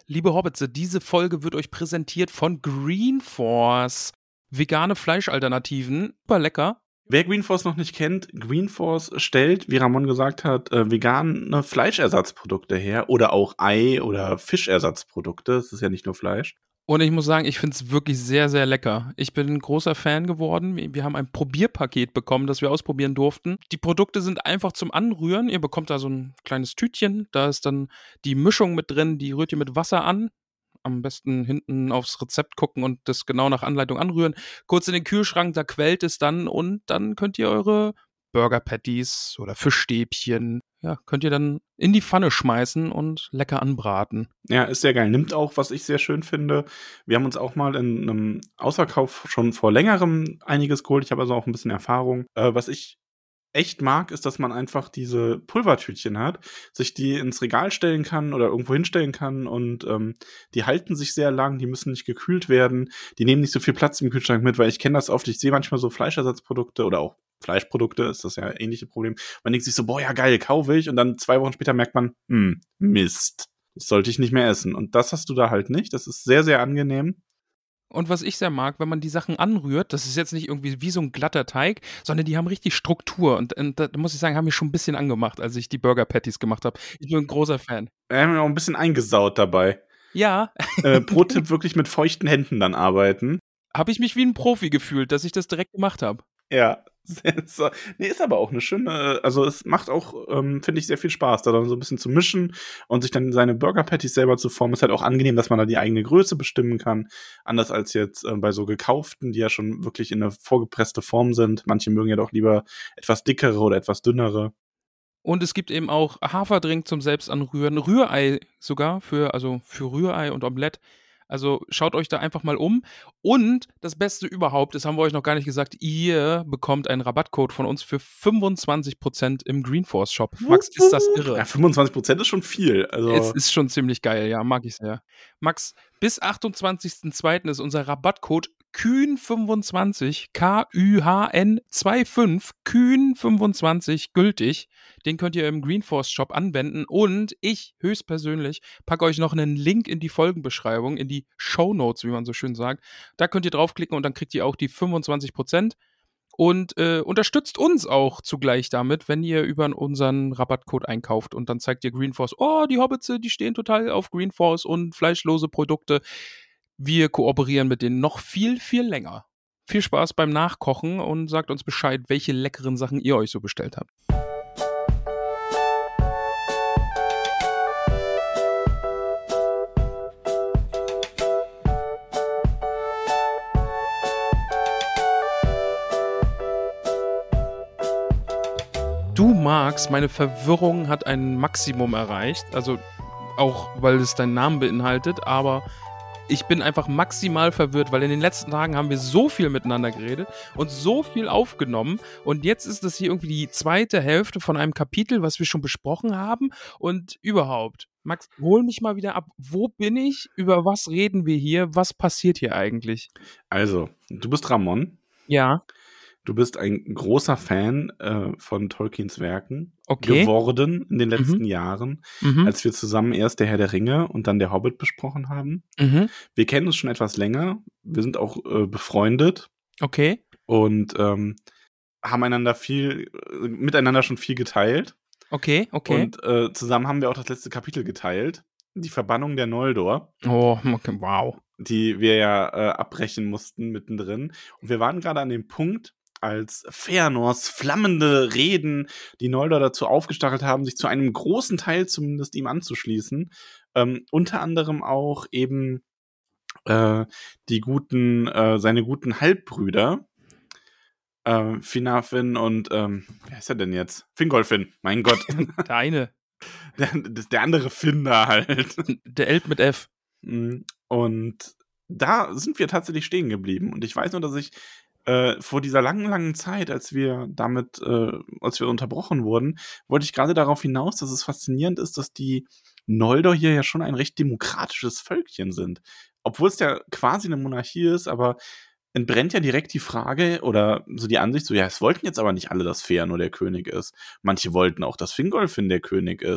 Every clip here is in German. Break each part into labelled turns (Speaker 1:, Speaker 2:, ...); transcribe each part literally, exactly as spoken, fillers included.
Speaker 1: Liebe Hobbitze, diese Folge wird euch präsentiert von Green Force. Vegane Fleischalternativen, super lecker.
Speaker 2: Wer Green Force noch nicht kennt, Green Force stellt, wie Ramon gesagt hat, äh, vegane Fleischersatzprodukte her oder auch Ei- oder Fischersatzprodukte. Es ist ja nicht nur Fleisch.
Speaker 1: Und ich muss sagen, ich finde es wirklich sehr, sehr lecker. Ich bin ein großer Fan geworden. Wir haben ein Probierpaket bekommen, das wir ausprobieren durften. Die Produkte sind einfach zum Anrühren. Ihr bekommt da so ein kleines Tütchen. Da ist dann die Mischung mit drin, die rührt ihr mit Wasser an. Am besten hinten aufs Rezept gucken und das genau nach Anleitung anrühren. Kurz in den Kühlschrank, da quält es dann und dann könnt ihr eure Burger Patties oder Fischstäbchen, ja, könnt ihr dann in die Pfanne schmeißen und lecker anbraten.
Speaker 2: Ja, ist sehr geil. Nimmt auch, was ich sehr schön finde. Wir haben uns auch mal in einem Ausverkauf schon vor längerem einiges geholt. Ich habe also auch ein bisschen Erfahrung. Äh, was ich echt mag, ist, dass man einfach diese Pulvertütchen hat, sich die ins Regal stellen kann oder irgendwo hinstellen kann und ähm, die halten sich sehr lang, die müssen nicht gekühlt werden, die nehmen nicht so viel Platz im Kühlschrank mit, weil ich kenne das oft, ich sehe manchmal so Fleischersatzprodukte oder auch Fleischprodukte, ist das ja ähnliche Problem. Man denkt sich so, boah, ja geil, kaufe ich und dann zwei Wochen später merkt man, hm, Mist, das sollte ich nicht mehr essen. Und das hast du da halt nicht, das ist sehr, sehr angenehm.
Speaker 1: Und was ich sehr mag, wenn man die Sachen anrührt, das ist jetzt nicht irgendwie wie so ein glatter Teig, sondern die haben richtig Struktur. Und, und da muss ich sagen, haben mich schon ein bisschen angemacht, als ich die Burger Patties gemacht habe. Ich bin ein großer Fan.
Speaker 2: Wir haben ja auch ein bisschen eingesaut dabei.
Speaker 1: Ja.
Speaker 2: äh, Pro-Tipp, wirklich mit feuchten Händen dann arbeiten.
Speaker 1: Habe ich mich wie ein Profi gefühlt, dass ich das direkt gemacht habe.
Speaker 2: Ja, so. Nee, ist aber auch eine schöne, also es macht auch, ähm, finde ich, sehr viel Spaß, da dann so ein bisschen zu mischen und sich dann seine Burger Patties selber zu formen. Ist halt auch angenehm, dass man da die eigene Größe bestimmen kann. Anders als jetzt äh, bei so gekauften, die ja schon wirklich in eine vorgepresste Form sind. Manche mögen ja doch lieber etwas dickere oder etwas dünnere.
Speaker 1: Und es gibt eben auch Haferdrink zum Selbstanrühren, Rührei sogar für, also für Rührei und Omelette. Also schaut euch da einfach mal um. Und das Beste überhaupt, das haben wir euch noch gar nicht gesagt, ihr bekommt einen Rabattcode von uns für fünfundzwanzig Prozent im Greenforce Shop. Max, ist das irre?
Speaker 2: Ja, fünfundzwanzig Prozent ist schon viel. Also
Speaker 1: Es ist schon ziemlich geil, ja, mag ich sehr. Max, bis achtundzwanzigsten zweiten ist unser Rabattcode Kühn fünfundzwanzig, K Ü H N fünfundzwanzig, Kühn fünfundzwanzig gültig. Den könnt ihr im Greenforce Shop anwenden und ich höchstpersönlich packe euch noch einen Link in die Folgenbeschreibung, in die Shownotes, wie man so schön sagt. Da könnt ihr draufklicken und dann kriegt ihr auch die fünfundzwanzig Prozent. Und äh, unterstützt uns auch zugleich damit, wenn ihr über unseren Rabattcode einkauft und dann zeigt ihr Greenforce, oh, die Hobbitze, die stehen total auf Greenforce und fleischlose Produkte. Wir kooperieren mit denen noch viel, viel länger. Viel Spaß beim Nachkochen und sagt uns Bescheid, welche leckeren Sachen ihr euch so bestellt habt. Du magst, meine Verwirrung hat ein Maximum erreicht, also auch, weil es deinen Namen beinhaltet, aber ich bin einfach maximal verwirrt, weil in den letzten Tagen haben wir so viel miteinander geredet und so viel aufgenommen und jetzt ist das hier irgendwie die zweite Hälfte von einem Kapitel, was wir schon besprochen haben und überhaupt. Max, hol mich mal wieder ab. Wo bin ich? Über was reden wir hier? Was passiert hier eigentlich?
Speaker 2: Also, du bist Ramon.
Speaker 1: Ja.
Speaker 2: Du bist ein großer Fan äh, von Tolkiens Werken
Speaker 1: Okay.
Speaker 2: geworden in den letzten
Speaker 1: Mhm.
Speaker 2: Jahren,
Speaker 1: Mhm.
Speaker 2: als wir zusammen erst der Herr der Ringe und dann der Hobbit besprochen haben.
Speaker 1: Mhm.
Speaker 2: Wir kennen uns schon etwas länger. Wir sind auch äh, befreundet.
Speaker 1: Okay.
Speaker 2: Und ähm, haben einander viel, äh, miteinander schon viel geteilt.
Speaker 1: Okay, okay.
Speaker 2: Und äh, zusammen haben wir auch das letzte Kapitel geteilt. Die Verbannung der Noldor.
Speaker 1: Oh, okay, wow.
Speaker 2: Die wir ja äh, abbrechen mussten mittendrin. Und wir waren gerade an dem Punkt, als Feanors flammende Reden die Noldor dazu aufgestachelt haben, sich zu einem großen Teil zumindest ihm anzuschließen. Ähm, unter anderem auch eben äh, die guten, äh, seine guten Halbbrüder, äh, Finarfin und, ähm, wer ist er denn jetzt? Fingolfin, mein Gott.
Speaker 1: Der eine.
Speaker 2: Der, der andere Finn da halt.
Speaker 1: Der Elb mit F.
Speaker 2: Und da sind wir tatsächlich stehen geblieben. Und ich weiß nur, dass ich äh, vor dieser langen, langen Zeit, als wir damit, äh, als wir unterbrochen wurden, wollte ich gerade darauf hinaus, dass es faszinierend ist, dass die Noldor hier ja schon ein recht demokratisches Völkchen sind. Obwohl es ja quasi eine Monarchie ist, aber entbrennt ja direkt die Frage oder so die Ansicht, so ja, es wollten jetzt aber nicht alle, dass Feanor der König ist. Manche wollten auch, dass Fingolfin der König ist.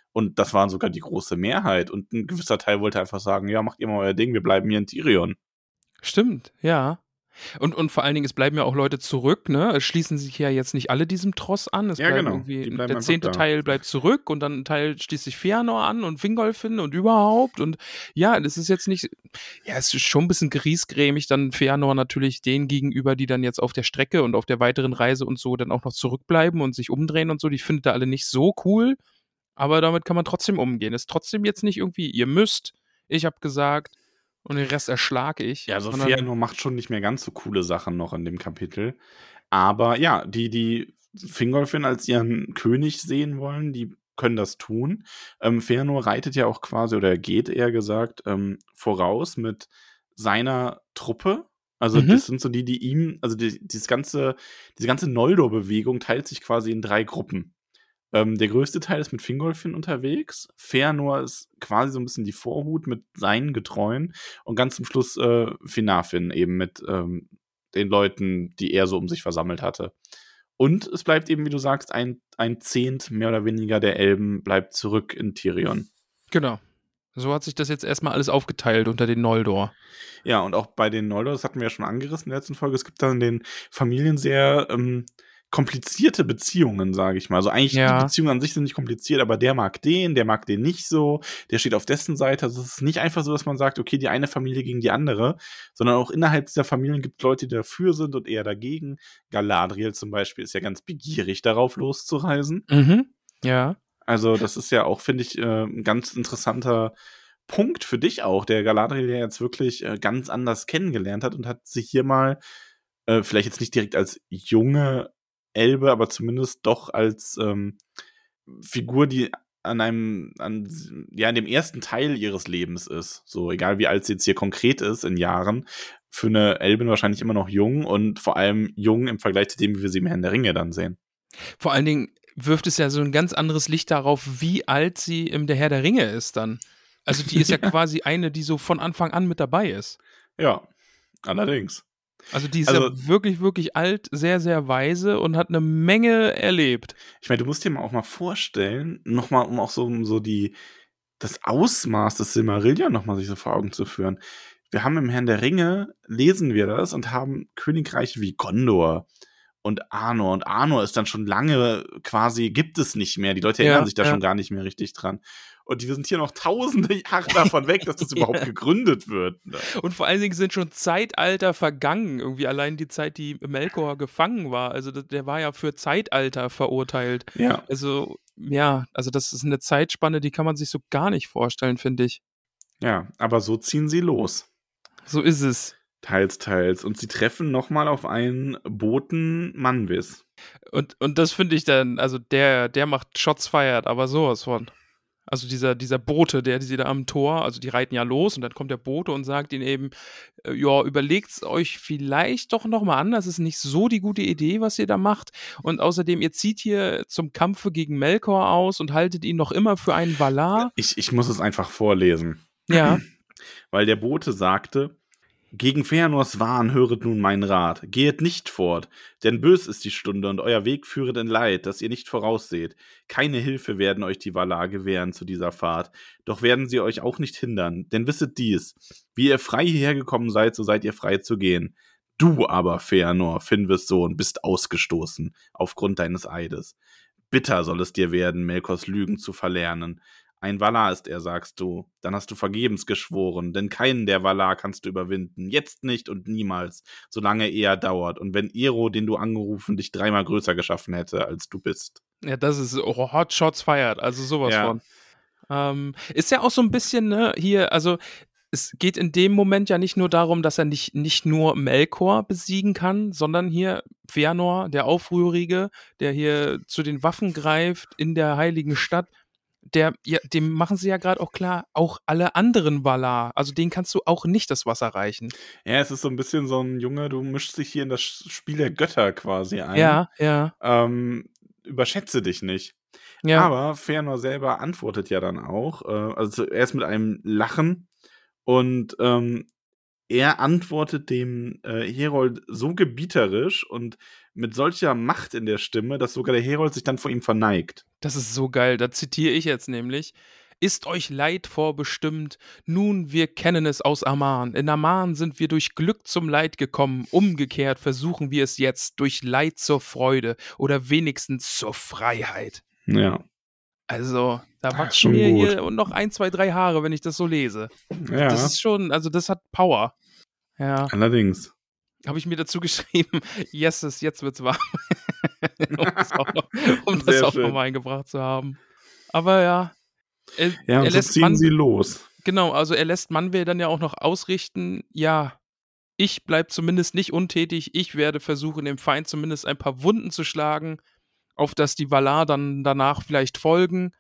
Speaker 2: Und das war sogar die große Mehrheit. Und ein gewisser Teil wollte einfach sagen, ja, macht ihr mal euer Ding, wir bleiben hier in Tirion.
Speaker 1: Stimmt, ja. Und und vor allen Dingen, es bleiben ja auch Leute zurück, ne? Es schließen sich ja jetzt nicht alle diesem Tross an. Es
Speaker 2: Ja,
Speaker 1: bleiben
Speaker 2: genau.
Speaker 1: irgendwie
Speaker 2: Die bleiben
Speaker 1: der
Speaker 2: einfach
Speaker 1: zehnte
Speaker 2: da.
Speaker 1: Teil bleibt zurück und dann ein Teil schließt sich Fëanor an und Fingolfin und überhaupt. Und ja, das ist jetzt nicht. Ja, es ist schon ein bisschen griesgrämig, dann Fëanor natürlich denen gegenüber, die dann jetzt auf der Strecke und auf der weiteren Reise und so dann auch noch zurückbleiben und sich umdrehen und so. Die findet er alle nicht so cool, aber damit kann man trotzdem umgehen. Ist trotzdem jetzt nicht irgendwie, ihr müsst, ich habe gesagt, und den Rest erschlage ich,
Speaker 2: Ja, also
Speaker 1: sondern
Speaker 2: Fëanor macht schon nicht mehr ganz so coole Sachen noch in dem Kapitel. Aber ja, die, die Fingolfin als ihren König sehen wollen, die können das tun. Ähm, Fëanor reitet ja auch quasi, oder geht eher gesagt, ähm, voraus mit seiner Truppe. Also
Speaker 1: Mhm.
Speaker 2: das sind so die, die ihm, also die, dieses ganze, diese ganze Noldor-Bewegung teilt sich quasi in drei Gruppen. Ähm, der größte Teil ist mit Fingolfin unterwegs. Fëanor ist quasi so ein bisschen die Vorhut mit seinen Getreuen. Und ganz zum Schluss äh, Finarfin eben mit ähm, den Leuten, die er so um sich versammelt hatte. Und es bleibt eben, wie du sagst, ein, ein Zehnt mehr oder weniger der Elben bleibt zurück in Tirion.
Speaker 1: Genau. So hat sich das jetzt erstmal alles aufgeteilt unter den Noldor.
Speaker 2: Ja, und auch bei den Noldor, das hatten wir ja schon angerissen in der letzten Folge, es gibt dann in den Familien sehr ähm, komplizierte Beziehungen, sage ich mal. Also eigentlich, die
Speaker 1: Ja.
Speaker 2: Beziehungen an sich sind nicht kompliziert, aber der mag den, der mag den nicht so, der steht auf dessen Seite. Also es ist nicht einfach so, dass man sagt, okay, die eine Familie gegen die andere, sondern auch innerhalb dieser Familien gibt es Leute, die dafür sind und eher dagegen. Galadriel zum Beispiel ist ja ganz begierig darauf loszureisen.
Speaker 1: Mhm. Ja.
Speaker 2: Also das ist ja auch, finde ich, äh, ein ganz interessanter Punkt für dich auch, der Galadriel ja jetzt wirklich äh, ganz anders kennengelernt hat und hat sich hier mal, äh, vielleicht jetzt nicht direkt als junge Elbe, aber zumindest doch als ähm, Figur, die an einem, an, ja, in dem ersten Teil ihres Lebens ist. So, egal wie alt sie jetzt hier konkret ist in Jahren, für eine Elbin wahrscheinlich immer noch jung und vor allem jung im Vergleich zu dem, wie wir sie im Herrn der Ringe dann sehen.
Speaker 1: Vor allen Dingen wirft es ja so ein ganz anderes Licht darauf, wie alt sie im Der Herr der Ringe ist dann. Also die ist ja quasi eine, die so von Anfang an mit dabei ist.
Speaker 2: Ja, allerdings.
Speaker 1: Also die ist
Speaker 2: Also,
Speaker 1: ja wirklich, wirklich alt, sehr, sehr weise und hat eine Menge erlebt.
Speaker 2: ich meine, du musst dir mal auch mal vorstellen, nochmal, um auch so, um so die, das Ausmaß des Silmarillion nochmal sich so vor Augen zu führen. Wir haben im Herrn der Ringe, lesen wir das und haben Königreiche wie Gondor und Arnor. Und Arnor ist dann schon lange quasi, gibt es nicht mehr. Die Leute erinnern
Speaker 1: Ja,
Speaker 2: sich da
Speaker 1: ja.
Speaker 2: schon gar nicht mehr richtig dran. Und wir sind hier noch tausende Jahre davon weg, dass das überhaupt
Speaker 1: Ja.
Speaker 2: gegründet wird.
Speaker 1: Und vor allen Dingen sind schon Zeitalter vergangen. Irgendwie allein die Zeit, die Melkor gefangen war. Also das- der war ja für Zeitalter verurteilt.
Speaker 2: Ja,
Speaker 1: Also ja, also das ist eine Zeitspanne, die kann man sich so gar nicht vorstellen, finde ich.
Speaker 2: ja, aber so ziehen sie los.
Speaker 1: So ist es.
Speaker 2: Teils, teils. Und sie treffen nochmal auf einen Boten Manwis.
Speaker 1: Und, und das finde ich dann, also der, der macht Shots fired, aber sowas von. Also dieser, dieser Bote, der sie da am Tor, also die reiten ja los und dann kommt der Bote und sagt ihnen eben, äh, ja, überlegt's euch vielleicht doch nochmal an, das ist nicht so die gute Idee, was ihr da macht. Und außerdem, ihr zieht hier zum Kampfe gegen Melkor aus und haltet ihn noch immer für einen Valar.
Speaker 2: Ich, ich muss es einfach vorlesen.
Speaker 1: Ja.
Speaker 2: Weil der Bote sagte: Gegen Fëanors Wahn höret nun meinen Rat. Gehet nicht fort, denn bös ist die Stunde und euer Weg führet in Leid, das ihr nicht vorausseht. Keine Hilfe werden euch die Valar gewähren zu dieser Fahrt, doch werden sie euch auch nicht hindern, denn wisset dies: Wie ihr frei hierher gekommen seid, so seid ihr frei zu gehen. Du aber, Fëanor, Finwës Sohn, bist ausgestoßen, aufgrund deines Eides. Bitter soll es dir werden, Melkors Lügen zu verlernen. Ein Valar ist er, sagst du. Dann hast du vergebens geschworen, denn keinen der Valar kannst du überwinden. Jetzt nicht und niemals, solange er dauert. Und wenn Ero, den du angerufen, dich dreimal größer geschaffen hätte, als du bist.
Speaker 1: Ja, das ist oh, Hot Shots fired, also sowas
Speaker 2: Ja.
Speaker 1: von. Ähm, ist ja auch so ein bisschen, ne, hier, also es geht in dem Moment ja nicht nur darum, dass er nicht, nicht nur Melkor besiegen kann, sondern hier Fëanor, der Aufrührige, der hier zu den Waffen greift in der heiligen Stadt, der, ja, dem machen sie ja gerade auch klar, auch alle anderen Valar, also denen kannst du auch nicht das Wasser reichen.
Speaker 2: Ja, es ist so ein bisschen so ein Junge, du mischst dich hier in das Spiel der Götter quasi ein.
Speaker 1: Ja, ja,
Speaker 2: Ähm, überschätze dich nicht.
Speaker 1: ja.
Speaker 2: Aber Fëanor selber antwortet ja dann auch, äh, also zuerst mit einem Lachen und ähm, er antwortet dem äh, Herold so gebieterisch und mit solcher Macht in der Stimme, dass sogar der Herold sich dann vor ihm verneigt.
Speaker 1: Das ist so geil, da zitiere ich jetzt nämlich: „Ist euch Leid vorbestimmt? Nun, wir kennen es aus Aman. In Aman sind wir durch Glück zum Leid gekommen. Umgekehrt versuchen wir es jetzt durch Leid zur Freude oder wenigstens zur Freiheit."
Speaker 2: Ja.
Speaker 1: Also, da
Speaker 2: Ah,
Speaker 1: wachsen
Speaker 2: schon
Speaker 1: mir
Speaker 2: gut.
Speaker 1: hier noch ein, zwei, drei Haare, wenn ich das so lese.
Speaker 2: Ja,
Speaker 1: Das ist schon, also das hat Power. Ja.
Speaker 2: allerdings.
Speaker 1: Habe ich mir dazu geschrieben, yeses, jetzt wird's warm. Um das auch noch, um das
Speaker 2: Sehr
Speaker 1: auch noch
Speaker 2: schön.
Speaker 1: mal eingebracht zu haben. Aber ja, er,
Speaker 2: Ja,
Speaker 1: er
Speaker 2: und so
Speaker 1: lässt
Speaker 2: ziehen
Speaker 1: Manwe
Speaker 2: sie los.
Speaker 1: genau, also er lässt Manwe dann ja auch noch ausrichten: „Ja, ich bleibe zumindest nicht untätig. Ich werde versuchen, dem Feind zumindest ein paar Wunden zu schlagen, auf dass die Valar dann danach vielleicht folgen."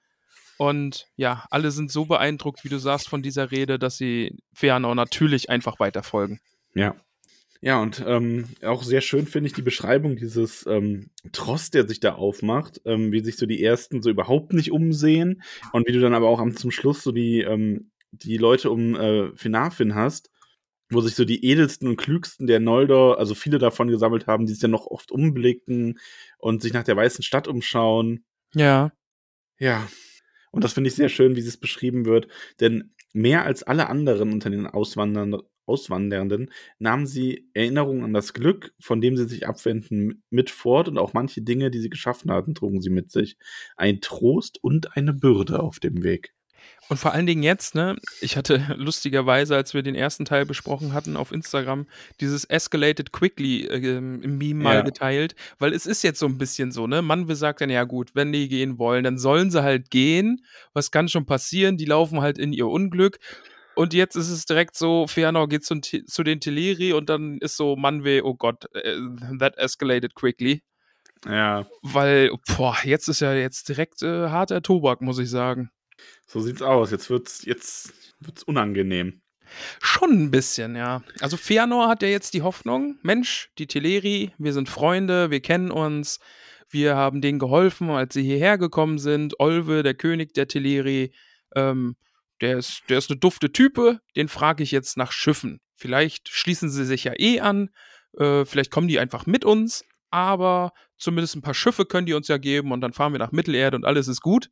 Speaker 1: Und ja, alle sind so beeindruckt, wie du sagst, von dieser Rede, dass sie Fëanor natürlich einfach weiter folgen.
Speaker 2: Ja. Ja, und ähm, auch sehr schön finde ich die Beschreibung dieses ähm, Tross, der sich da aufmacht, ähm, wie sich so die Ersten so überhaupt nicht umsehen und wie du dann aber auch am zum Schluss so die, ähm, die Leute um äh, Finarfin hast, wo sich so die edelsten und klügsten der Noldor, also viele davon gesammelt haben, die sich dann noch oft umblicken und sich nach der Weißen Stadt umschauen.
Speaker 1: Ja.
Speaker 2: Ja, und das finde ich sehr schön, wie es beschrieben wird, denn mehr als alle anderen unter den Auswandern Auswandernden nahmen sie Erinnerungen an das Glück, von dem sie sich abwenden, mit fort und auch manche Dinge, die sie geschaffen hatten, trugen sie mit sich. Ein Trost und eine Bürde auf dem Weg.
Speaker 1: Und vor allen Dingen jetzt, ne, ich hatte lustigerweise, als wir den ersten Teil besprochen hatten auf Instagram, dieses Escalated Quickly ähm, im Meme mal
Speaker 2: Ja.
Speaker 1: geteilt, weil es ist jetzt so ein bisschen so, ne, Manwe sagt dann: „Ja gut, wenn die gehen wollen, dann sollen sie halt gehen. Was kann schon passieren? Die laufen halt in ihr Unglück." Und jetzt ist es direkt so, Fëanor geht zu, zu den Teleri und dann ist so Manwe: „Oh Gott, äh, that escalated quickly."
Speaker 2: Ja,
Speaker 1: Weil, boah, jetzt ist ja jetzt direkt äh, harter Tobak, muss ich sagen.
Speaker 2: so sieht's aus. Jetzt wird's, jetzt wird's unangenehm.
Speaker 1: Schon ein bisschen, ja. Also, Fëanor hat ja jetzt die Hoffnung: „Mensch, die Teleri, wir sind Freunde, wir kennen uns. Wir haben denen geholfen, als sie hierher gekommen sind. Olwe, der König der Teleri, ähm, der ist der ist 'ne dufte Type, den frage ich jetzt nach Schiffen. Vielleicht schließen sie sich ja eh an, äh, vielleicht kommen die einfach mit uns, aber zumindest ein paar Schiffe können die uns ja geben und dann fahren wir nach Mittelerde und alles ist gut."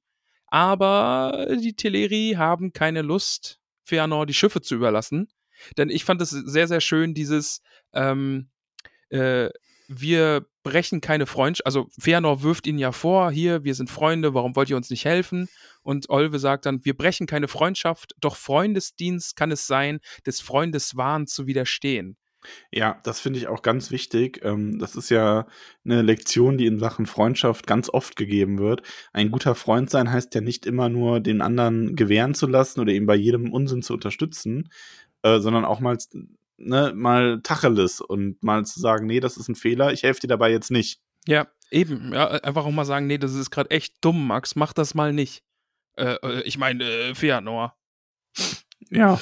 Speaker 1: Aber die Teleri haben keine Lust, Fëanor die Schiffe zu überlassen. Denn ich fand es sehr, sehr schön, dieses, ähm, äh, wir brechen keine Freundschaft. Also Fëanor wirft ihnen ja vor: „Hier, wir sind Freunde, warum wollt ihr uns nicht helfen?" Und Olwe sagt dann: „Wir brechen keine Freundschaft, doch Freundesdienst kann es sein, des Freundes Wahn zu widerstehen."
Speaker 2: Ja, das finde ich auch ganz wichtig. Ähm, das ist ja eine Lektion, die in Sachen Freundschaft ganz oft gegeben wird. Ein guter Freund sein heißt ja nicht immer nur, den anderen gewähren zu lassen oder ihn bei jedem Unsinn zu unterstützen, äh, sondern auch mal, ne, mal Tacheles und mal zu sagen: „Nee, das ist ein Fehler, ich helfe dir dabei jetzt nicht."
Speaker 1: Ja, eben. Ja, einfach auch mal sagen: „Nee, das ist gerade echt dumm, Max, mach das mal nicht." Äh, äh, ich meine, äh, Fëanor.
Speaker 2: Ja.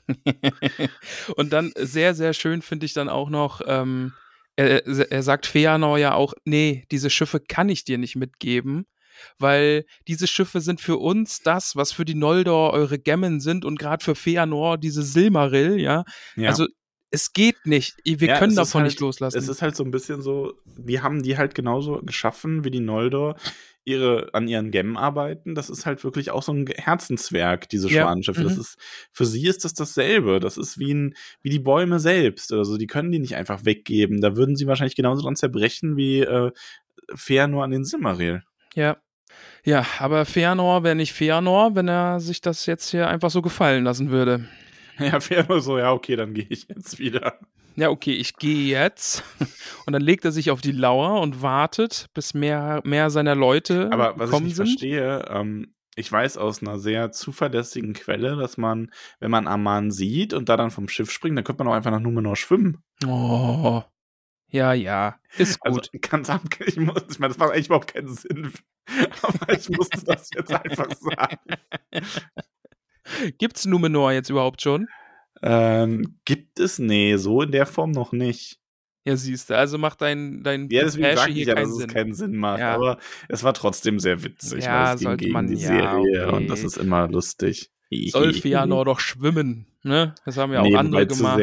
Speaker 1: Und dann sehr, sehr schön finde ich dann auch noch, ähm, er, er sagt Fëanor ja auch: „Nee, diese Schiffe kann ich dir nicht mitgeben, weil diese Schiffe sind für uns das, was für die Noldor eure Gemmen sind und gerade für Fëanor diese Silmaril, ja.
Speaker 2: Ja.
Speaker 1: Also, es geht nicht. Wir
Speaker 2: Ja,
Speaker 1: können
Speaker 2: es ist
Speaker 1: davon nicht
Speaker 2: halt,
Speaker 1: loslassen."
Speaker 2: es ist halt so ein bisschen so, wir haben die halt genauso geschaffen wie die Noldor ihre an ihren Gemmen arbeiten. Das ist halt wirklich auch so ein Herzenswerk, diese
Speaker 1: Ja,
Speaker 2: Schwanenschiffe. Das
Speaker 1: mhm.
Speaker 2: ist, für sie ist das dasselbe. Das ist wie 'n wie die Bäume selbst. Also, die können die nicht einfach weggeben. Da würden sie wahrscheinlich genauso dran zerbrechen wie, äh, Fëanor an den Silmaril.
Speaker 1: Ja. Ja, aber Fëanor wäre nicht Fëanor, wenn er sich das jetzt hier einfach so gefallen lassen würde.
Speaker 2: Ja, Fëanor so: „Ja, okay, dann gehe ich jetzt wieder."
Speaker 1: Ja, okay, ich gehe jetzt. Und dann legt er sich auf die Lauer und wartet, bis mehr, mehr seiner Leute
Speaker 2: Aber was ich
Speaker 1: gekommen
Speaker 2: nicht
Speaker 1: sind.
Speaker 2: verstehe, ähm, ich weiß aus einer sehr zuverlässigen Quelle, dass man, wenn man Aman sieht und da dann vom Schiff springt, dann könnte man auch einfach nach Numenor schwimmen.
Speaker 1: Oh, ja, ja, ist
Speaker 2: Also,
Speaker 1: gut.
Speaker 2: ganz ab ich muss ich meine, das macht eigentlich überhaupt keinen Sinn, aber ich musste das jetzt einfach sagen.
Speaker 1: Gibt's Numenor jetzt überhaupt schon?
Speaker 2: Ähm, gibt es? Ne, so in der Form noch nicht.
Speaker 1: Ja, siehste, also macht dein, dein
Speaker 2: Ja, deswegen
Speaker 1: Gepäsche
Speaker 2: sagte ich
Speaker 1: hier
Speaker 2: ja, dass
Speaker 1: keinen
Speaker 2: es
Speaker 1: Sinn.
Speaker 2: keinen Sinn macht,
Speaker 1: Ja,
Speaker 2: aber es war trotzdem sehr witzig, weil es
Speaker 1: ja,
Speaker 2: ging
Speaker 1: sollte
Speaker 2: gegen
Speaker 1: man,
Speaker 2: die
Speaker 1: ja,
Speaker 2: Serie und das
Speaker 1: okay.
Speaker 2: ist immer lustig.
Speaker 1: Soll Fëanor doch schwimmen, ne? Das haben ja auch
Speaker 2: Ne,
Speaker 1: andere
Speaker 2: wobei zu
Speaker 1: gemacht.
Speaker 2: sehr.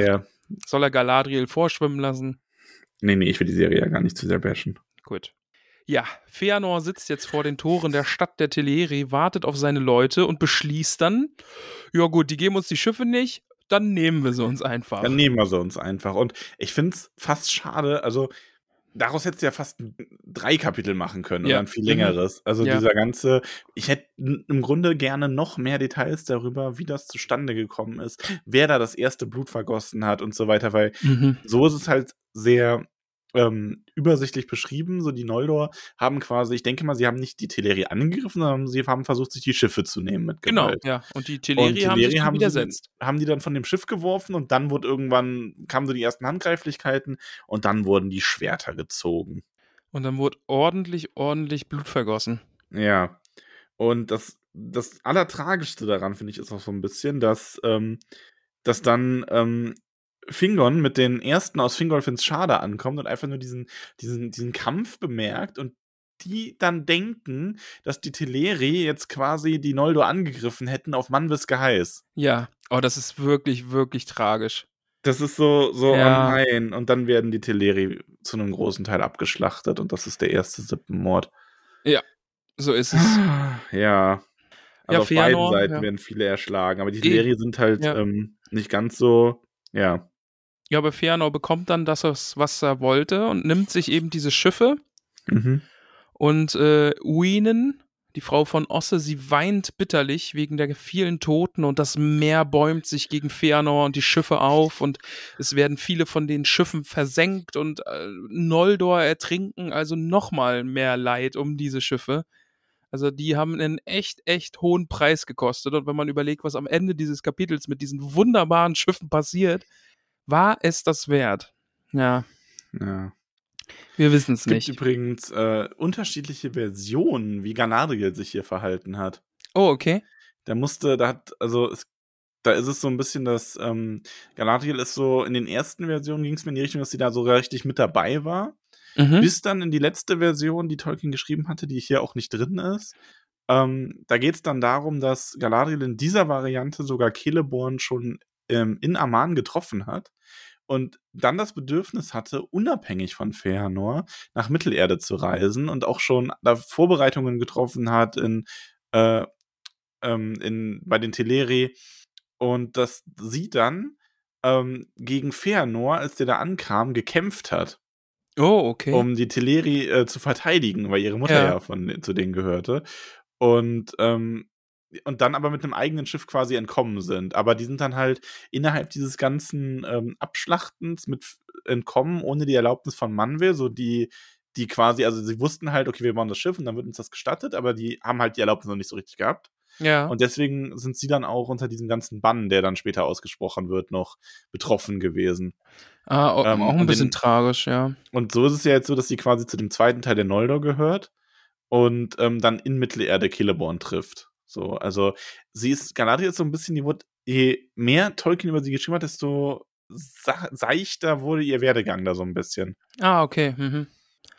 Speaker 1: Soll er Galadriel vorschwimmen lassen?
Speaker 2: Nee, nee, ich will die Serie ja gar nicht zu sehr bashen.
Speaker 1: Gut. Ja, Fëanor sitzt jetzt vor den Toren der Stadt der Teleri, wartet auf seine Leute und beschließt dann, ja gut, die geben uns die Schiffe nicht, dann nehmen wir sie uns einfach.
Speaker 2: Dann nehmen wir sie uns einfach. Und ich finde es fast schade, also daraus hättest du ja fast drei Kapitel machen können
Speaker 1: Ja.
Speaker 2: oder ein viel
Speaker 1: Mhm.
Speaker 2: längeres. Also
Speaker 1: Ja.
Speaker 2: dieser ganze, ich hätte im Grunde gerne noch mehr Details darüber, wie das zustande gekommen ist, wer da das erste Blut vergossen hat und so weiter, weil
Speaker 1: Mhm.
Speaker 2: so ist es halt sehr ähm, übersichtlich beschrieben. So die Noldor haben quasi, ich denke mal, sie haben nicht die Teleri angegriffen, sondern sie haben versucht, sich die Schiffe zu nehmen mit
Speaker 1: Genau,
Speaker 2: Gewalt.
Speaker 1: ja. Und die
Speaker 2: Und
Speaker 1: Teleri haben sich
Speaker 2: Teleri
Speaker 1: dem
Speaker 2: haben, sie dann,
Speaker 1: widersetzt.
Speaker 2: haben die dann von dem Schiff geworfen und dann wurde irgendwann, kamen so die ersten Handgreiflichkeiten und dann wurden die Schwerter gezogen.
Speaker 1: Und dann wurde ordentlich, ordentlich Blut vergossen.
Speaker 2: Ja. Und das, das Allertragischste daran, finde ich, ist auch so ein bisschen, dass, ähm, dass dann ähm, Fingon mit den ersten aus Fingolfin's Schade ankommt und einfach nur diesen, diesen, diesen Kampf bemerkt und die dann denken, dass die Teleri jetzt quasi die Noldor angegriffen hätten auf Manwës Geheiß.
Speaker 1: Ja. Oh, das ist wirklich, wirklich tragisch.
Speaker 2: Das ist so, so, oh
Speaker 1: Ja.
Speaker 2: nein. Und dann werden die Teleri zu einem großen Teil abgeschlachtet und das ist der erste Sippenmord.
Speaker 1: Ja, so ist es.
Speaker 2: Ja. Also
Speaker 1: Ja,
Speaker 2: auf beiden
Speaker 1: Fëanor,
Speaker 2: Seiten
Speaker 1: ja.
Speaker 2: werden viele erschlagen, aber die
Speaker 1: Eh.
Speaker 2: Teleri sind halt
Speaker 1: Ja.
Speaker 2: ähm, nicht ganz so, ja.
Speaker 1: Ja, aber Fëanor bekommt dann das, was er wollte und nimmt sich eben diese Schiffe.
Speaker 2: Mhm.
Speaker 1: Und äh, Uinen, die Frau von Osse, sie weint bitterlich wegen der vielen Toten und das Meer bäumt sich gegen Fëanor und die Schiffe auf und es werden viele von den Schiffen versenkt und äh, Noldor ertrinken, also nochmal mehr Leid um diese Schiffe. Also die haben einen echt, echt hohen Preis gekostet und wenn man überlegt, was am Ende dieses Kapitels mit diesen wunderbaren Schiffen passiert, war es das wert? Ja,
Speaker 2: Ja.
Speaker 1: wir wissen es
Speaker 2: Es gibt
Speaker 1: nicht.
Speaker 2: übrigens äh, unterschiedliche Versionen, wie Galadriel sich hier verhalten hat.
Speaker 1: Oh, okay.
Speaker 2: Der musste, da hat, also es, da ist es so ein bisschen, dass ähm, Galadriel ist so, in den ersten Versionen ging es mir in die Richtung, dass sie da sogar richtig mit dabei war.
Speaker 1: Mhm.
Speaker 2: Bis dann in die letzte Version, die Tolkien geschrieben hatte, die hier auch nicht drin ist. Ähm, da geht es dann darum, dass Galadriel in dieser Variante sogar Celeborn schon ähm, in Aman getroffen hat und dann das Bedürfnis hatte, unabhängig von Fëanor nach Mittelerde zu reisen und auch schon da Vorbereitungen getroffen hat in, äh, ähm, in, bei den Teleri und dass sie dann ähm, gegen Fëanor, als der da ankam, gekämpft hat,
Speaker 1: Oh, okay.
Speaker 2: um die Teleri äh, zu verteidigen, weil ihre Mutter
Speaker 1: Ja.
Speaker 2: ja von, zu denen gehörte. Und, ähm, und dann aber mit einem eigenen Schiff quasi entkommen sind. Aber die sind dann halt innerhalb dieses ganzen ähm, Abschlachtens mit f- entkommen, ohne die Erlaubnis von Manwë, so die, die quasi, also sie wussten halt, okay, wir bauen das Schiff und dann wird uns das gestattet, aber die haben halt die Erlaubnis noch nicht so richtig gehabt.
Speaker 1: Ja.
Speaker 2: Und deswegen sind sie dann auch unter diesem ganzen Bann, der dann später ausgesprochen wird, noch betroffen gewesen.
Speaker 1: Ah, au-
Speaker 2: Ähm,
Speaker 1: auch ein
Speaker 2: und
Speaker 1: bisschen
Speaker 2: den-
Speaker 1: tragisch, ja.
Speaker 2: Und so ist es ja jetzt so, dass sie quasi zu dem zweiten Teil der Noldor gehört und ähm, dann in Mittelerde Celeborn trifft. So, also sie ist, Galadriel ist so ein bisschen, die wurde, je mehr Tolkien über sie geschrieben hat, desto sa- seichter wurde ihr Werdegang da so ein bisschen.
Speaker 1: Ah, okay. Mhm.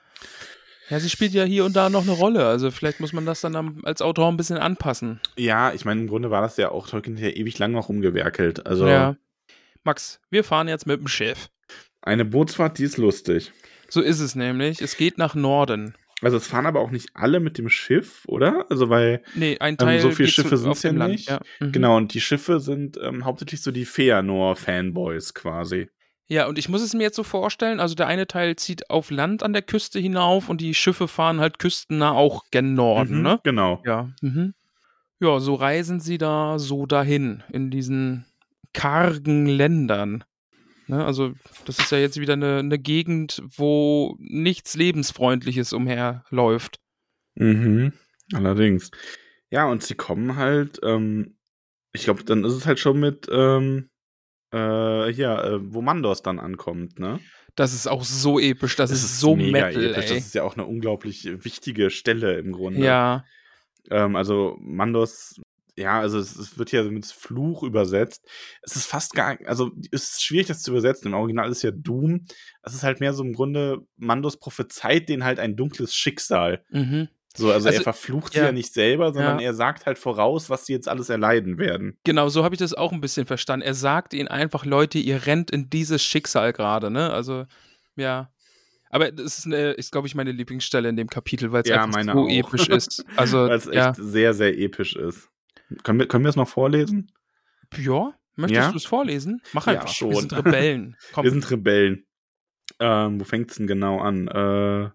Speaker 1: Ja, sie spielt ja hier und da noch eine Rolle. Also vielleicht muss man das dann am, als Autor ein bisschen anpassen.
Speaker 2: Ja, ich meine, im Grunde war das ja auch, Tolkien hat ja ewig lang noch rumgewerkelt. Also
Speaker 1: Ja. Max, wir fahren jetzt mit dem Schiff.
Speaker 2: eine Bootsfahrt, die ist lustig.
Speaker 1: So ist es nämlich. Es geht nach Norden.
Speaker 2: Also es fahren aber auch nicht alle mit dem Schiff, oder? Also weil
Speaker 1: Nee, ein
Speaker 2: ähm,
Speaker 1: Teil
Speaker 2: so viele
Speaker 1: geht
Speaker 2: Schiffe
Speaker 1: zu,
Speaker 2: sind
Speaker 1: auf
Speaker 2: es ja
Speaker 1: dem Land.
Speaker 2: nicht.
Speaker 1: Ja. Mhm.
Speaker 2: Genau, und die Schiffe sind ähm, hauptsächlich so die Fëanor-Fanboys quasi.
Speaker 1: Ja, und ich muss es mir jetzt so vorstellen, also der eine Teil zieht auf Land an der Küste hinauf und die Schiffe fahren halt küstennah auch gen Norden,
Speaker 2: Mhm,
Speaker 1: ne?
Speaker 2: genau.
Speaker 1: Ja. Mhm. Ja, so reisen sie da so dahin, in diesen kargen Ländern. Ne, also, das ist ja jetzt wieder eine, eine Gegend, wo nichts Lebensfreundliches umherläuft.
Speaker 2: Mhm, allerdings. Ja, und sie kommen halt, ähm, ich glaube, dann ist es halt schon mit, ähm, äh, hier, äh, wo Mandos dann ankommt, ne?
Speaker 1: Das ist auch so episch, das
Speaker 2: Es
Speaker 1: ist
Speaker 2: ist
Speaker 1: so
Speaker 2: mega
Speaker 1: Metal,
Speaker 2: episch. Das
Speaker 1: ey.
Speaker 2: ist ja auch eine unglaublich wichtige Stelle im Grunde.
Speaker 1: Ja,
Speaker 2: Ähm, also Mandos, ja, also es, es wird ja mit Fluch übersetzt. Es ist fast gar, also es ist schwierig, das zu übersetzen. Im Original ist ja Doom. Es ist halt mehr so im Grunde, Mandos prophezeit denen halt ein dunkles Schicksal.
Speaker 1: mhm.
Speaker 2: So, also,
Speaker 1: Also
Speaker 2: er verflucht sie
Speaker 1: ja,
Speaker 2: ja nicht selber, sondern
Speaker 1: ja.
Speaker 2: er sagt halt voraus, was sie jetzt alles erleiden werden.
Speaker 1: Genau, so habe ich das auch 'n bisschen verstanden. Er sagt ihnen einfach: „Leute, ihr rennt in dieses Schicksal grade“, ne? Also, ja. Aber das ist 'ne ist, glaube ich, meine Lieblingsstelle in dem Kapitel, weil's
Speaker 2: Ja,
Speaker 1: einfach
Speaker 2: meine
Speaker 1: so
Speaker 2: auch.
Speaker 1: episch ist. Also,
Speaker 2: Weil's echt
Speaker 1: ja.
Speaker 2: sehr, sehr episch ist. Können wir können wir's noch vorlesen?
Speaker 1: Ja, möchtest
Speaker 2: Ja?
Speaker 1: du's vorlesen? Mach
Speaker 2: Ja,
Speaker 1: einfach. Wir
Speaker 2: schon.
Speaker 1: sind Rebellen.
Speaker 2: Wir
Speaker 1: Komm.
Speaker 2: sind Rebellen. Ähm, wo fängt's denn genau an? Äh.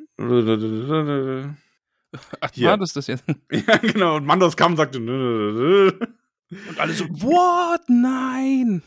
Speaker 1: Ach, war
Speaker 2: Hier.
Speaker 1: das das jetzt?
Speaker 2: Ja, genau. Und Mandos kam und sagte
Speaker 1: Und alle so: „What? Nein!“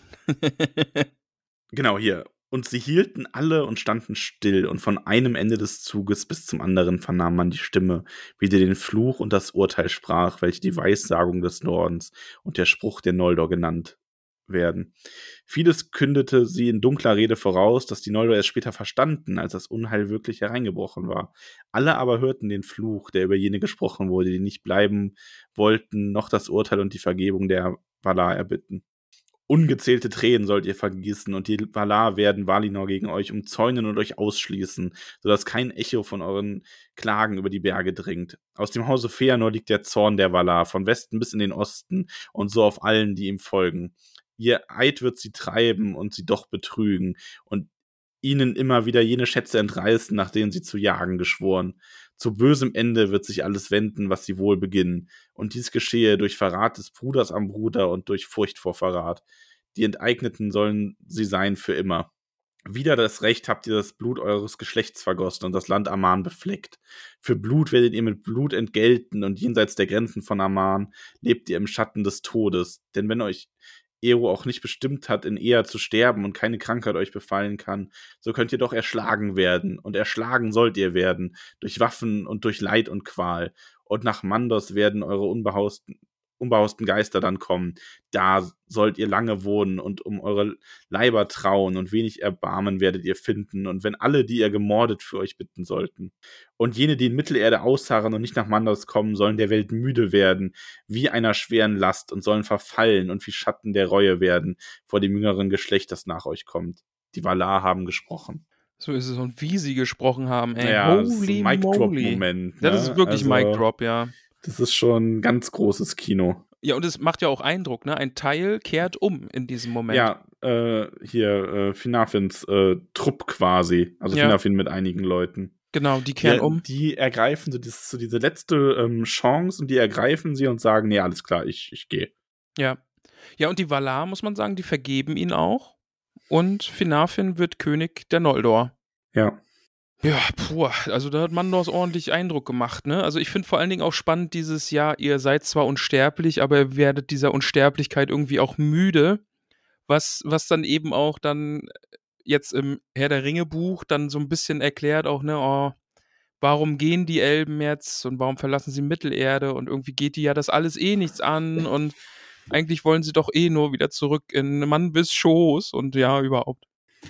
Speaker 2: Genau, hier. Und sie hielten alle und standen still, und von einem Ende des Zuges bis zum anderen vernahm man die Stimme, wie sie den Fluch und das Urteil sprach, welche die Weissagung des Nordens und der Spruch der Noldor genannt werden. Vieles kündete sie in dunkler Rede voraus, das die Noldor erst später verstanden, als das Unheil wirklich hereingebrochen war. Alle aber hörten den Fluch, der über jene gesprochen wurde, die nicht bleiben wollten, noch das Urteil und die Vergebung der Valar erbitten. Ungezählte Tränen sollt ihr vergießen, und die Valar werden Valinor gegen euch umzäunen und euch ausschließen, sodass kein Echo von euren Klagen über die Berge dringt. Aus dem Hause Feanor liegt der Zorn der Valar, von Westen bis in den Osten, und so auf allen, die ihm folgen. Ihr Eid wird sie treiben und sie doch betrügen, und ihnen immer wieder jene Schätze entreißen, nach denen sie zu jagen geschworen. Zu bösem Ende wird sich alles wenden, was sie wohl beginnen. Und dies geschehe durch Verrat des Bruders am Bruder und durch Furcht vor Verrat. Die Enteigneten sollen sie sein für immer. Wider das Recht habt ihr das Blut eures Geschlechts vergossen und das Land Aman befleckt. Für Blut werdet ihr mit Blut entgelten, und jenseits der Grenzen von Aman lebt ihr im Schatten des Todes. Denn wenn euch Eru auch nicht bestimmt hat, in Ea zu sterben und keine Krankheit euch befallen kann, so könnt ihr doch erschlagen werden, und erschlagen sollt ihr werden, durch Waffen und durch Leid und Qual. Und nach Mandos werden eure unbehausten, unbehausten Geister dann kommen. Da sollt ihr lange wohnen und um eure Leiber trauen, und wenig Erbarmen werdet ihr finden, und wenn alle, die ihr gemordet, für euch bitten sollten. Und jene, die in Mittelerde ausharren und nicht nach Mandos kommen, sollen der Welt müde werden, wie einer schweren Last, und sollen verfallen und wie Schatten der Reue werden vor dem jüngeren Geschlecht, das nach euch kommt. Die Valar haben gesprochen.
Speaker 1: So ist es. Und wie sie gesprochen haben, ey.
Speaker 2: Ja, das ist so
Speaker 1: Holy
Speaker 2: ein
Speaker 1: moly.
Speaker 2: Mic-Drop-Moment,
Speaker 1: Ja, das ist
Speaker 2: ne?
Speaker 1: wirklich Mic
Speaker 2: Also,
Speaker 1: Drop, ja.
Speaker 2: das ist schon 'n ganz großes Kino.
Speaker 1: Ja, und es macht ja auch Eindruck, ne? Ein Teil kehrt um in diesem Moment.
Speaker 2: Ja, äh, hier, äh, Finarfins, äh, Trupp quasi. Also,
Speaker 1: Ja.
Speaker 2: Finarfin mit einigen Leuten.
Speaker 1: Genau, die kehren
Speaker 2: Ja,
Speaker 1: um.
Speaker 2: die ergreifen so das so diese letzte, ähm, Chance, und die ergreifen sie und sagen: „Ne, alles klar, ich ich gehe.“
Speaker 1: Ja. Ja, und die Valar, muss man sagen, die vergeben ihn auch. Und Finarfin wird König der Noldor.
Speaker 2: Ja.
Speaker 1: Ja, puh, also da hat Mandos ordentlich Eindruck gemacht, ne? Also, ich finde vor allen Dingen auch spannend dieses Jahr, ihr seid zwar unsterblich, aber ihr werdet dieser Unsterblichkeit irgendwie auch müde, was was dann eben auch dann jetzt im Herr der Ringe Buch dann so 'n bisschen erklärt auch, ne, oh, warum gehen die Elben jetzt und warum verlassen sie Mittelerde, und irgendwie geht die ja das alles eh nichts an, und eigentlich wollen sie doch eh nur wieder zurück in Manwës Schoß und ja, überhaupt.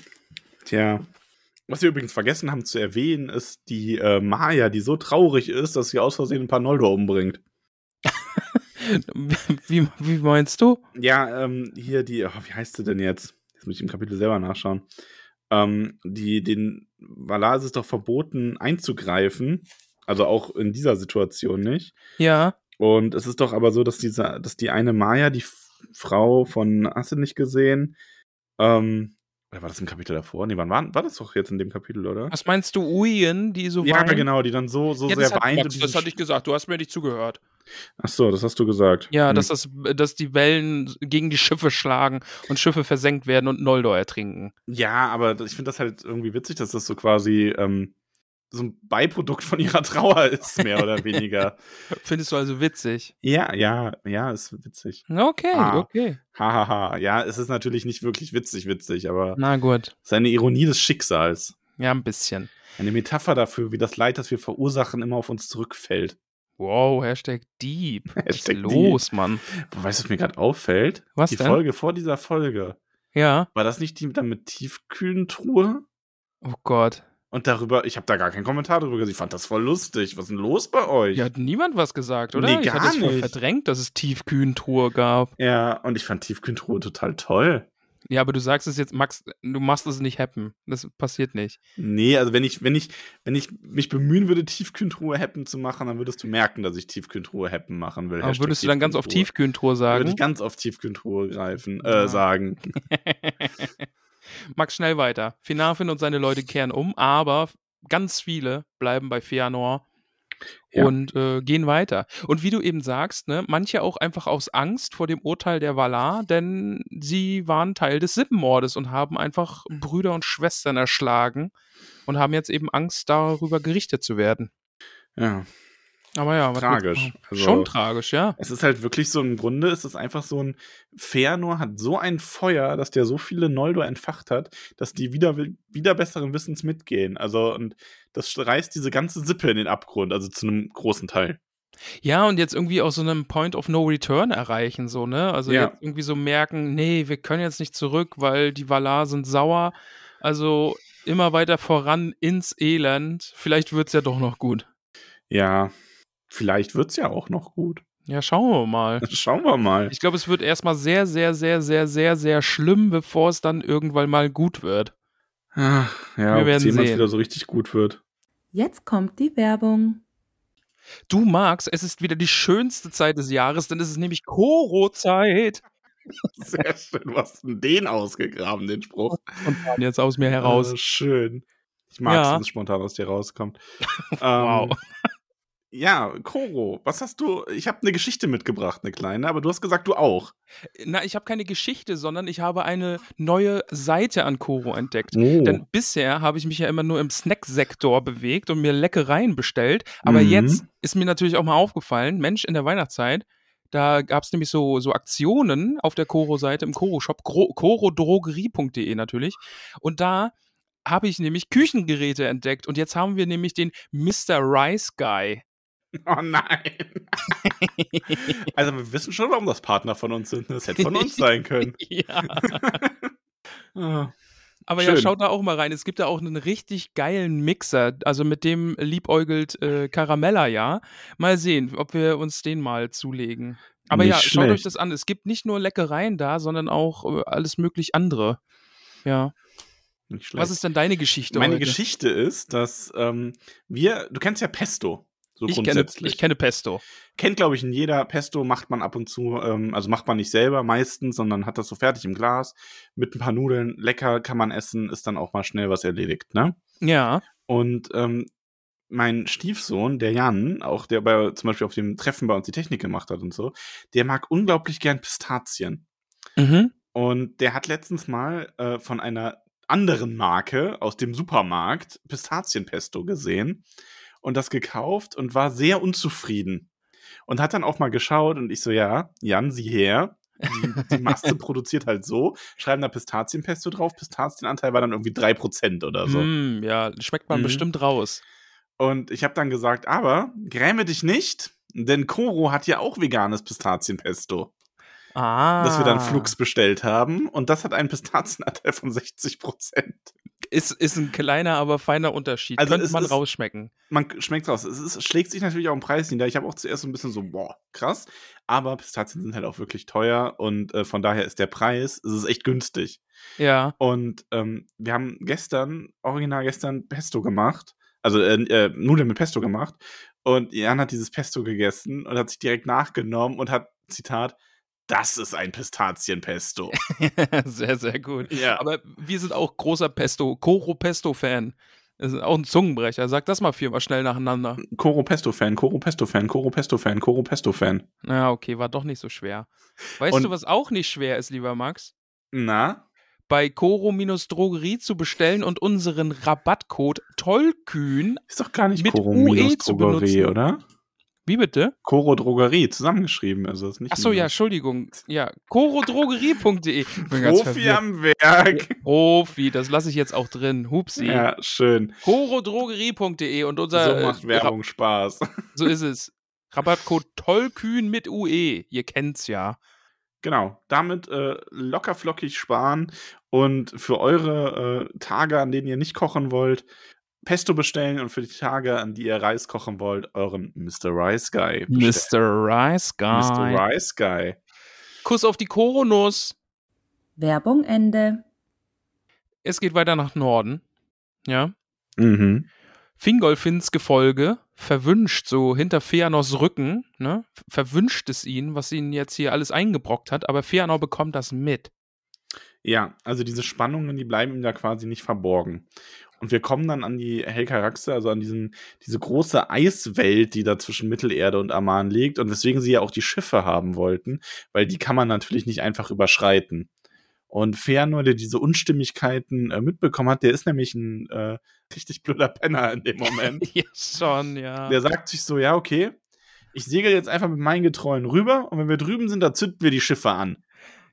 Speaker 2: Tja. Was wir übrigens vergessen haben zu erwähnen, ist die, äh, Maya, die so traurig ist, dass sie aus Versehen 'n paar Noldor umbringt.
Speaker 1: Wie wie meinst du?
Speaker 2: Ja, ähm, hier die oh, wie heißt sie denn jetzt? Jetzt muss ich im Kapitel selber nachschauen. Ähm, die den Valar ist es doch verboten, einzugreifen, also auch in dieser Situation nicht.
Speaker 1: Ja.
Speaker 2: Und es ist doch aber so, dass diese dass die eine Maya, die F Frau von hast du nicht gesehen, ähm oder war das im Kapitel davor? Ne, wann war war das doch jetzt in dem Kapitel, oder?
Speaker 1: Was meinst du, Uyen, die so
Speaker 2: Ja,
Speaker 1: weint?
Speaker 2: genau, die dann so so
Speaker 1: Ja,
Speaker 2: sehr
Speaker 1: das hat
Speaker 2: weint und
Speaker 1: Max,
Speaker 2: diesen
Speaker 1: das hatte
Speaker 2: Sch
Speaker 1: ich gesagt. Du hast mir nicht zugehört.
Speaker 2: Ach so, das hast du gesagt.
Speaker 1: Ja,
Speaker 2: Hm.
Speaker 1: dass das dass die Wellen gegen die Schiffe schlagen und Schiffe versenkt werden und Noldor ertrinken.
Speaker 2: Ja, aber d ich finde das halt irgendwie witzig, dass das so quasi, ähm, so 'n Beiprodukt von ihrer Trauer ist, mehr oder weniger.
Speaker 1: Findest du also witzig?
Speaker 2: Ja, ja, ja, ist witzig.
Speaker 1: Okay,
Speaker 2: Ah,
Speaker 1: okay.
Speaker 2: ha, ha, ha. Ja, es ist natürlich nicht wirklich witzig witzig, aber
Speaker 1: Na gut.
Speaker 2: ist eine Ironie des Schicksals.
Speaker 1: Ja, 'n bisschen.
Speaker 2: Eine Metapher dafür, wie das Leid, das wir verursachen, immer auf uns zurückfällt.
Speaker 1: Wow, Hashtag deep. Was ist
Speaker 2: Hashtag
Speaker 1: los,
Speaker 2: deep.
Speaker 1: Mann?
Speaker 2: Boah, weißt du, was mir grad auffällt?
Speaker 1: Was
Speaker 2: Die
Speaker 1: denn?
Speaker 2: Folge vor dieser Folge.
Speaker 1: Ja.
Speaker 2: War das nicht die dann mit Tiefkühlentruhe?
Speaker 1: Oh Gott.
Speaker 2: Und darüber ich habe da gar keinen Kommentar drüber gesehen. Ich fand das voll lustig. Was ist 'n los bei euch?
Speaker 1: Hier hat niemand was gesagt, oder?
Speaker 2: Ne,
Speaker 1: Ich hatte
Speaker 2: gar
Speaker 1: es voll
Speaker 2: nicht.
Speaker 1: verdrängt, dass es Tiefkühlentruhe gab.
Speaker 2: Ja, und ich fand Tiefkühlentruhe total toll.
Speaker 1: Ja, aber du sagst es jetzt, Max, du machst es nicht happen. Das passiert nicht.
Speaker 2: Nee, also wenn ich, wenn ich, wenn ich mich bemühen würde, Tiefkühltruhe happen zu machen, dann würdest du merken, dass ich Tiefkühltruhe happen machen will.
Speaker 1: Aber
Speaker 2: Hashtag
Speaker 1: würdest du dann ganz auf
Speaker 2: Tiefkühltruhe.
Speaker 1: Tiefkühltruhe
Speaker 2: Würde ich
Speaker 1: sagen?
Speaker 2: ganz auf Tiefkühltruhe greifen, äh,
Speaker 1: Ja.
Speaker 2: sagen.
Speaker 1: Max, schnell weiter. Finarfin und seine Leute kehren um, aber ganz viele bleiben bei Feanor
Speaker 2: Ja.
Speaker 1: und äh, gehen weiter. Und wie du eben sagst, ne, manche auch einfach aus Angst vor dem Urteil der Valar, denn sie waren Teil des Sippenmordes und haben einfach Brüder und Schwestern erschlagen und haben jetzt eben Angst, darüber gerichtet zu werden.
Speaker 2: Ja.
Speaker 1: Aber ja, was willst du
Speaker 2: Tragisch.
Speaker 1: machen?
Speaker 2: Also,
Speaker 1: Schon tragisch, ja.
Speaker 2: es ist halt wirklich so, im Grunde ist es einfach so ein, Feanor hat so ein Feuer, dass der so viele Noldor entfacht hat, dass die wieder, wieder besseren Wissens mitgehen. Also, und das reißt diese ganze Sippe in den Abgrund, also zu einem großen Teil.
Speaker 1: Ja, und jetzt irgendwie auch so einen Point of No Return erreichen, so, ne? Also
Speaker 2: Ja.
Speaker 1: jetzt irgendwie so merken, nee, wir können jetzt nicht zurück, weil die Valar sind sauer. Also immer weiter voran ins Elend. Vielleicht wird's ja doch noch gut.
Speaker 2: Ja, vielleicht wird's ja auch noch gut.
Speaker 1: Ja, schauen wir mal.
Speaker 2: Schauen wir mal.
Speaker 1: Ich glaube, es wird erstmal sehr, sehr, sehr, sehr, sehr, sehr schlimm, bevor es dann irgendwann mal gut wird.
Speaker 2: Ach, ja,
Speaker 1: Wir
Speaker 2: ob
Speaker 1: werden
Speaker 2: es jemals
Speaker 1: sehen.
Speaker 2: wieder so richtig gut wird.
Speaker 3: Jetzt kommt die Werbung.
Speaker 1: Du, Max, es ist wieder die schönste Zeit des Jahres, denn es ist nämlich Koro-Zeit.
Speaker 2: Sehr schön. Du hast denn den ausgegraben, den Spruch.
Speaker 1: Spontan jetzt aus mir heraus.
Speaker 2: Äh, schön. Ich mag es,
Speaker 1: Ja.
Speaker 2: wenn es spontan aus dir rauskommt.
Speaker 1: Wow.
Speaker 2: Ähm, ja, Koro, was hast du? Ich habe eine Geschichte mitgebracht, eine kleine, aber du hast gesagt, du auch.
Speaker 1: Na, ich habe keine Geschichte, sondern ich habe eine neue Seite an Koro entdeckt.
Speaker 2: Oh.
Speaker 1: Denn bisher habe ich mich ja immer nur im Snacksektor bewegt und mir Leckereien bestellt. Aber
Speaker 2: Mhm.
Speaker 1: jetzt ist mir natürlich auch mal aufgefallen, Mensch, in der Weihnachtszeit, da gab es nämlich so, so Aktionen auf der Koro-Seite im Koro-Shop, korodrogerie punkt de natürlich. Und da habe ich nämlich Küchengeräte entdeckt. Und jetzt haben wir nämlich den Mister Rice Guy.
Speaker 2: Oh nein. Also wir wissen schon, warum das Partner von uns sind. Das hätte von uns sein können.
Speaker 1: Ja.
Speaker 2: Ah,
Speaker 1: Aber
Speaker 2: schön.
Speaker 1: ja, schaut da auch mal rein. Es gibt da auch einen richtig geilen Mixer. Also mit dem liebäugelt äh, Caramella, ja. Mal sehen, ob wir uns den mal zulegen. Aber
Speaker 2: Nicht
Speaker 1: ja, schaut euch
Speaker 2: schlecht.
Speaker 1: das an. Es gibt nicht nur Leckereien da, sondern auch äh, alles möglich andere. Ja.
Speaker 2: Nicht schlecht.
Speaker 1: Was ist denn deine Geschichte
Speaker 2: Meine
Speaker 1: heute?
Speaker 2: Geschichte ist, dass ähm, wir, du kennst ja Pesto, so
Speaker 1: ich, kenne,
Speaker 2: grundsätzlich.
Speaker 1: ich kenne Pesto.
Speaker 2: Kennt, glaube ich, jeder. Pesto macht man ab und zu, ähm, also macht man nicht selber meistens, sondern hat das so fertig im Glas mit ein paar Nudeln. Lecker, kann man essen, ist dann auch mal schnell was erledigt, ne?
Speaker 1: Ja.
Speaker 2: Und ähm, mein Stiefsohn, der Jan, auch der bei, zum Beispiel auf dem Treffen bei uns die Technik gemacht hat und so, der mag unglaublich gern Pistazien.
Speaker 1: Mhm.
Speaker 2: Und der hat letztens mal äh, von einer anderen Marke aus dem Supermarkt Pistazienpesto gesehen und das gekauft und war sehr unzufrieden. Und hat dann auch mal geschaut und ich so, ja, Jan, sieh her, die, die Masse produziert halt so, schreiben da Pistazienpesto drauf, Pistazienanteil war dann irgendwie drei Prozent oder so.
Speaker 1: Mm, ja, schmeckt man
Speaker 2: Mhm.
Speaker 1: bestimmt raus.
Speaker 2: Und ich habe dann gesagt, aber gräme dich nicht, denn Koro hat ja auch veganes Pistazienpesto.
Speaker 1: Ah.
Speaker 2: Das wir dann flugs bestellt haben. Und das hat einen Pistazienanteil von sechzig Prozent.
Speaker 1: Ist, ist ein kleiner, aber feiner Unterschied.
Speaker 2: Also
Speaker 1: Könnte
Speaker 2: es
Speaker 1: man
Speaker 2: ist-
Speaker 1: rausschmecken.
Speaker 2: Man schmeckt raus. Es ist, schlägt sich natürlich auch im Preis nieder. Ich habe auch zuerst so ein bisschen so, boah, krass. Aber Pistazien sind halt auch wirklich teuer. Und äh, von daher ist der Preis, es ist echt günstig.
Speaker 1: Ja.
Speaker 2: Und ähm, wir haben gestern, original gestern, Pesto gemacht. Also äh, äh, Nudeln mit Pesto gemacht. Und Jan hat dieses Pesto gegessen und hat sich direkt nachgenommen und hat, Zitat, das ist ein Pistazienpesto.
Speaker 1: Sehr, sehr gut.
Speaker 2: Ja.
Speaker 1: Aber wir sind auch großer Pesto, Koro-Pesto-Fan. Das ist auch ein Zungenbrecher. Sag das mal viermal schnell nacheinander.
Speaker 2: Koro Pesto-Fan, Koro Pesto-Fan, Koro Pesto-Fan, Koro Pesto-Fan.
Speaker 1: Na, okay, war doch nicht so schwer. Weißt
Speaker 2: Und-
Speaker 1: du, was auch nicht schwer ist, lieber Max?
Speaker 2: Na?
Speaker 1: Bei Koro-Drogerie zu bestellen und unseren Rabattcode Tollkühn.
Speaker 2: Ist doch gar nicht
Speaker 1: Mit
Speaker 2: Koro
Speaker 1: U E
Speaker 2: minus
Speaker 1: zu
Speaker 2: Drogerie,
Speaker 1: benutzen.
Speaker 2: oder?
Speaker 1: Wie bitte?
Speaker 2: Koro Drogerie, zusammengeschrieben. Also ist nicht
Speaker 1: Achso, ja,
Speaker 2: minus.
Speaker 1: Entschuldigung. Ja, korodrogerie punkt de. Ich bin ganz
Speaker 2: Profi
Speaker 1: verwirrt.
Speaker 2: am Werk.
Speaker 1: Profi, das lasse ich jetzt auch drin. Hupsi.
Speaker 2: Ja, schön.
Speaker 1: korodrogerie punkt de und unser
Speaker 2: So macht
Speaker 1: äh,
Speaker 2: Werbung Spaß.
Speaker 1: Ra- so ist es. Rabattcode Tollkühn mit U E. Ihr kennt's ja.
Speaker 2: Genau, damit äh, locker flockig sparen und für eure äh, Tage, an denen ihr nicht kochen wollt, Pesto bestellen und für die Tage, an die ihr Reis kochen wollt, euren Mister Rice Guy bestellen.
Speaker 1: Mister Rice Guy.
Speaker 2: Mister Rice Guy.
Speaker 1: Kuss auf die Koronuss.
Speaker 3: Werbung Ende.
Speaker 1: Es geht weiter nach Norden. Ja.
Speaker 2: Mhm.
Speaker 1: Fingolfins Gefolge verwünscht so hinter Feanors Rücken, ne, verwünscht es ihn, was ihn jetzt hier alles eingebrockt hat, aber Feanor bekommt das mit.
Speaker 2: Ja, also diese Spannungen, die bleiben ihm da quasi nicht verborgen. Und wir kommen dann an die Helcaraxe, also an diesen, diese große Eiswelt, die da zwischen Mittelerde und Aman liegt und weswegen sie ja auch die Schiffe haben wollten, weil die kann man natürlich nicht einfach überschreiten. Und Feanor, der diese Unstimmigkeiten äh, mitbekommen hat, der ist nämlich ein äh, richtig blöder Penner in dem Moment.
Speaker 1: Ja, schon, ja.
Speaker 2: Der sagt sich so, ja, okay, ich segel jetzt einfach mit meinen Getreuen rüber und wenn wir drüben sind, da zünden wir die Schiffe an.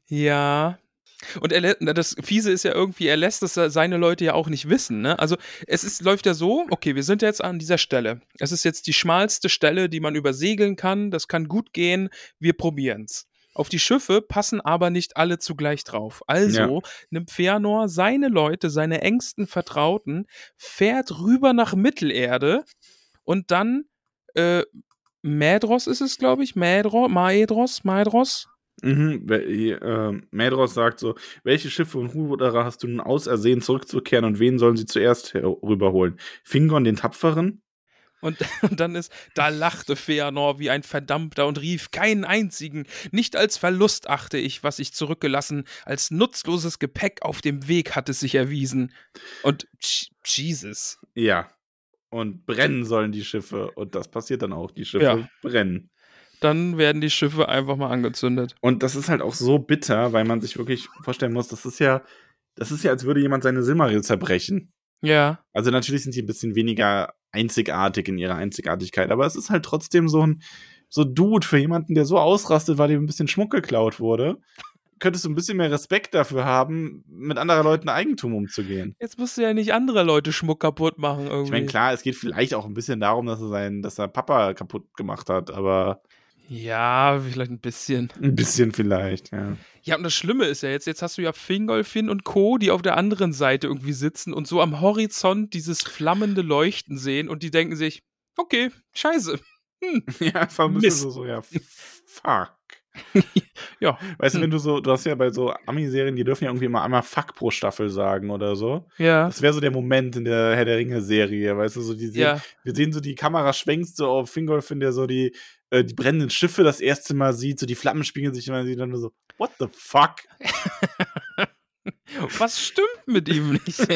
Speaker 1: Ja. Und er, das Fiese ist ja irgendwie, er lässt das seine Leute ja auch nicht wissen, ne? Also es ist, läuft ja so, okay, wir sind jetzt an dieser Stelle. Es ist jetzt die schmalste Stelle, die man übersegeln kann. Das kann gut gehen. Wir probieren's. Auf die Schiffe passen aber nicht alle zugleich drauf. Also ja. nimmt Feanor seine Leute, seine engsten Vertrauten, fährt rüber nach Mittelerde und dann äh, Maedhros ist es, glaube ich. Maedhros, Maedhros, Maedhros.
Speaker 2: Mhm, äh, Maedhros sagt so, welche Schiffe und Ruderer hast du nun ausersehen, zurückzukehren und wen sollen sie zuerst rüberholen? Fingon, den Tapferen?
Speaker 1: Und, und dann ist, da lachte Feanor wie ein Verdammter und rief, keinen einzigen, nicht als Verlust achte ich, was ich zurückgelassen, als nutzloses Gepäck auf dem Weg hat es sich erwiesen. Und Jesus.
Speaker 2: Ja, und brennen sollen die Schiffe und das passiert dann auch, die Schiffe ja. brennen.
Speaker 1: Dann werden die Schiffe einfach mal angezündet.
Speaker 2: Und das ist halt auch so bitter, weil man sich wirklich vorstellen muss, das ist ja, das ist ja, als würde jemand seine Silmaril zerbrechen.
Speaker 1: Ja.
Speaker 2: Also natürlich sind die ein bisschen weniger einzigartig in ihrer Einzigartigkeit, aber es ist halt trotzdem so ein so Dude für jemanden, der so ausrastet, weil dem ein bisschen Schmuck geklaut wurde. Könntest du ein bisschen mehr Respekt dafür haben, mit anderen Leuten Eigentum umzugehen.
Speaker 1: Jetzt musst du ja nicht andere Leute Schmuck kaputt machen irgendwie.
Speaker 2: Ich meine, klar, es geht vielleicht auch ein bisschen darum, dass er seinen, dass er Papa kaputt gemacht hat, aber
Speaker 1: ja, vielleicht ein bisschen.
Speaker 2: Ein bisschen vielleicht, ja.
Speaker 1: Ja, und das Schlimme ist ja jetzt, jetzt hast du ja Fingolfin und Co., die auf der anderen Seite irgendwie sitzen und so am Horizont dieses flammende Leuchten sehen und die denken sich, okay, scheiße. Hm.
Speaker 2: Ja, einfach ein bisschen so, so, ja, fuck.
Speaker 1: Ja.
Speaker 2: Weißt du, wenn du so, du hast ja bei so Ami-Serien, die dürfen ja irgendwie immer einmal fuck pro Staffel sagen oder so.
Speaker 1: Ja.
Speaker 2: Das wäre so der Moment in der Herr der Ringe-Serie, weißt du, so die sehen,
Speaker 1: ja.
Speaker 2: wir sehen so, die Kamera schwenkt so auf Fingolfin, der so die, äh, die brennenden Schiffe das erste Mal sieht, so die Flammen spiegeln sich und man sieht dann nur so, what the fuck?
Speaker 1: Was stimmt mit ihm nicht?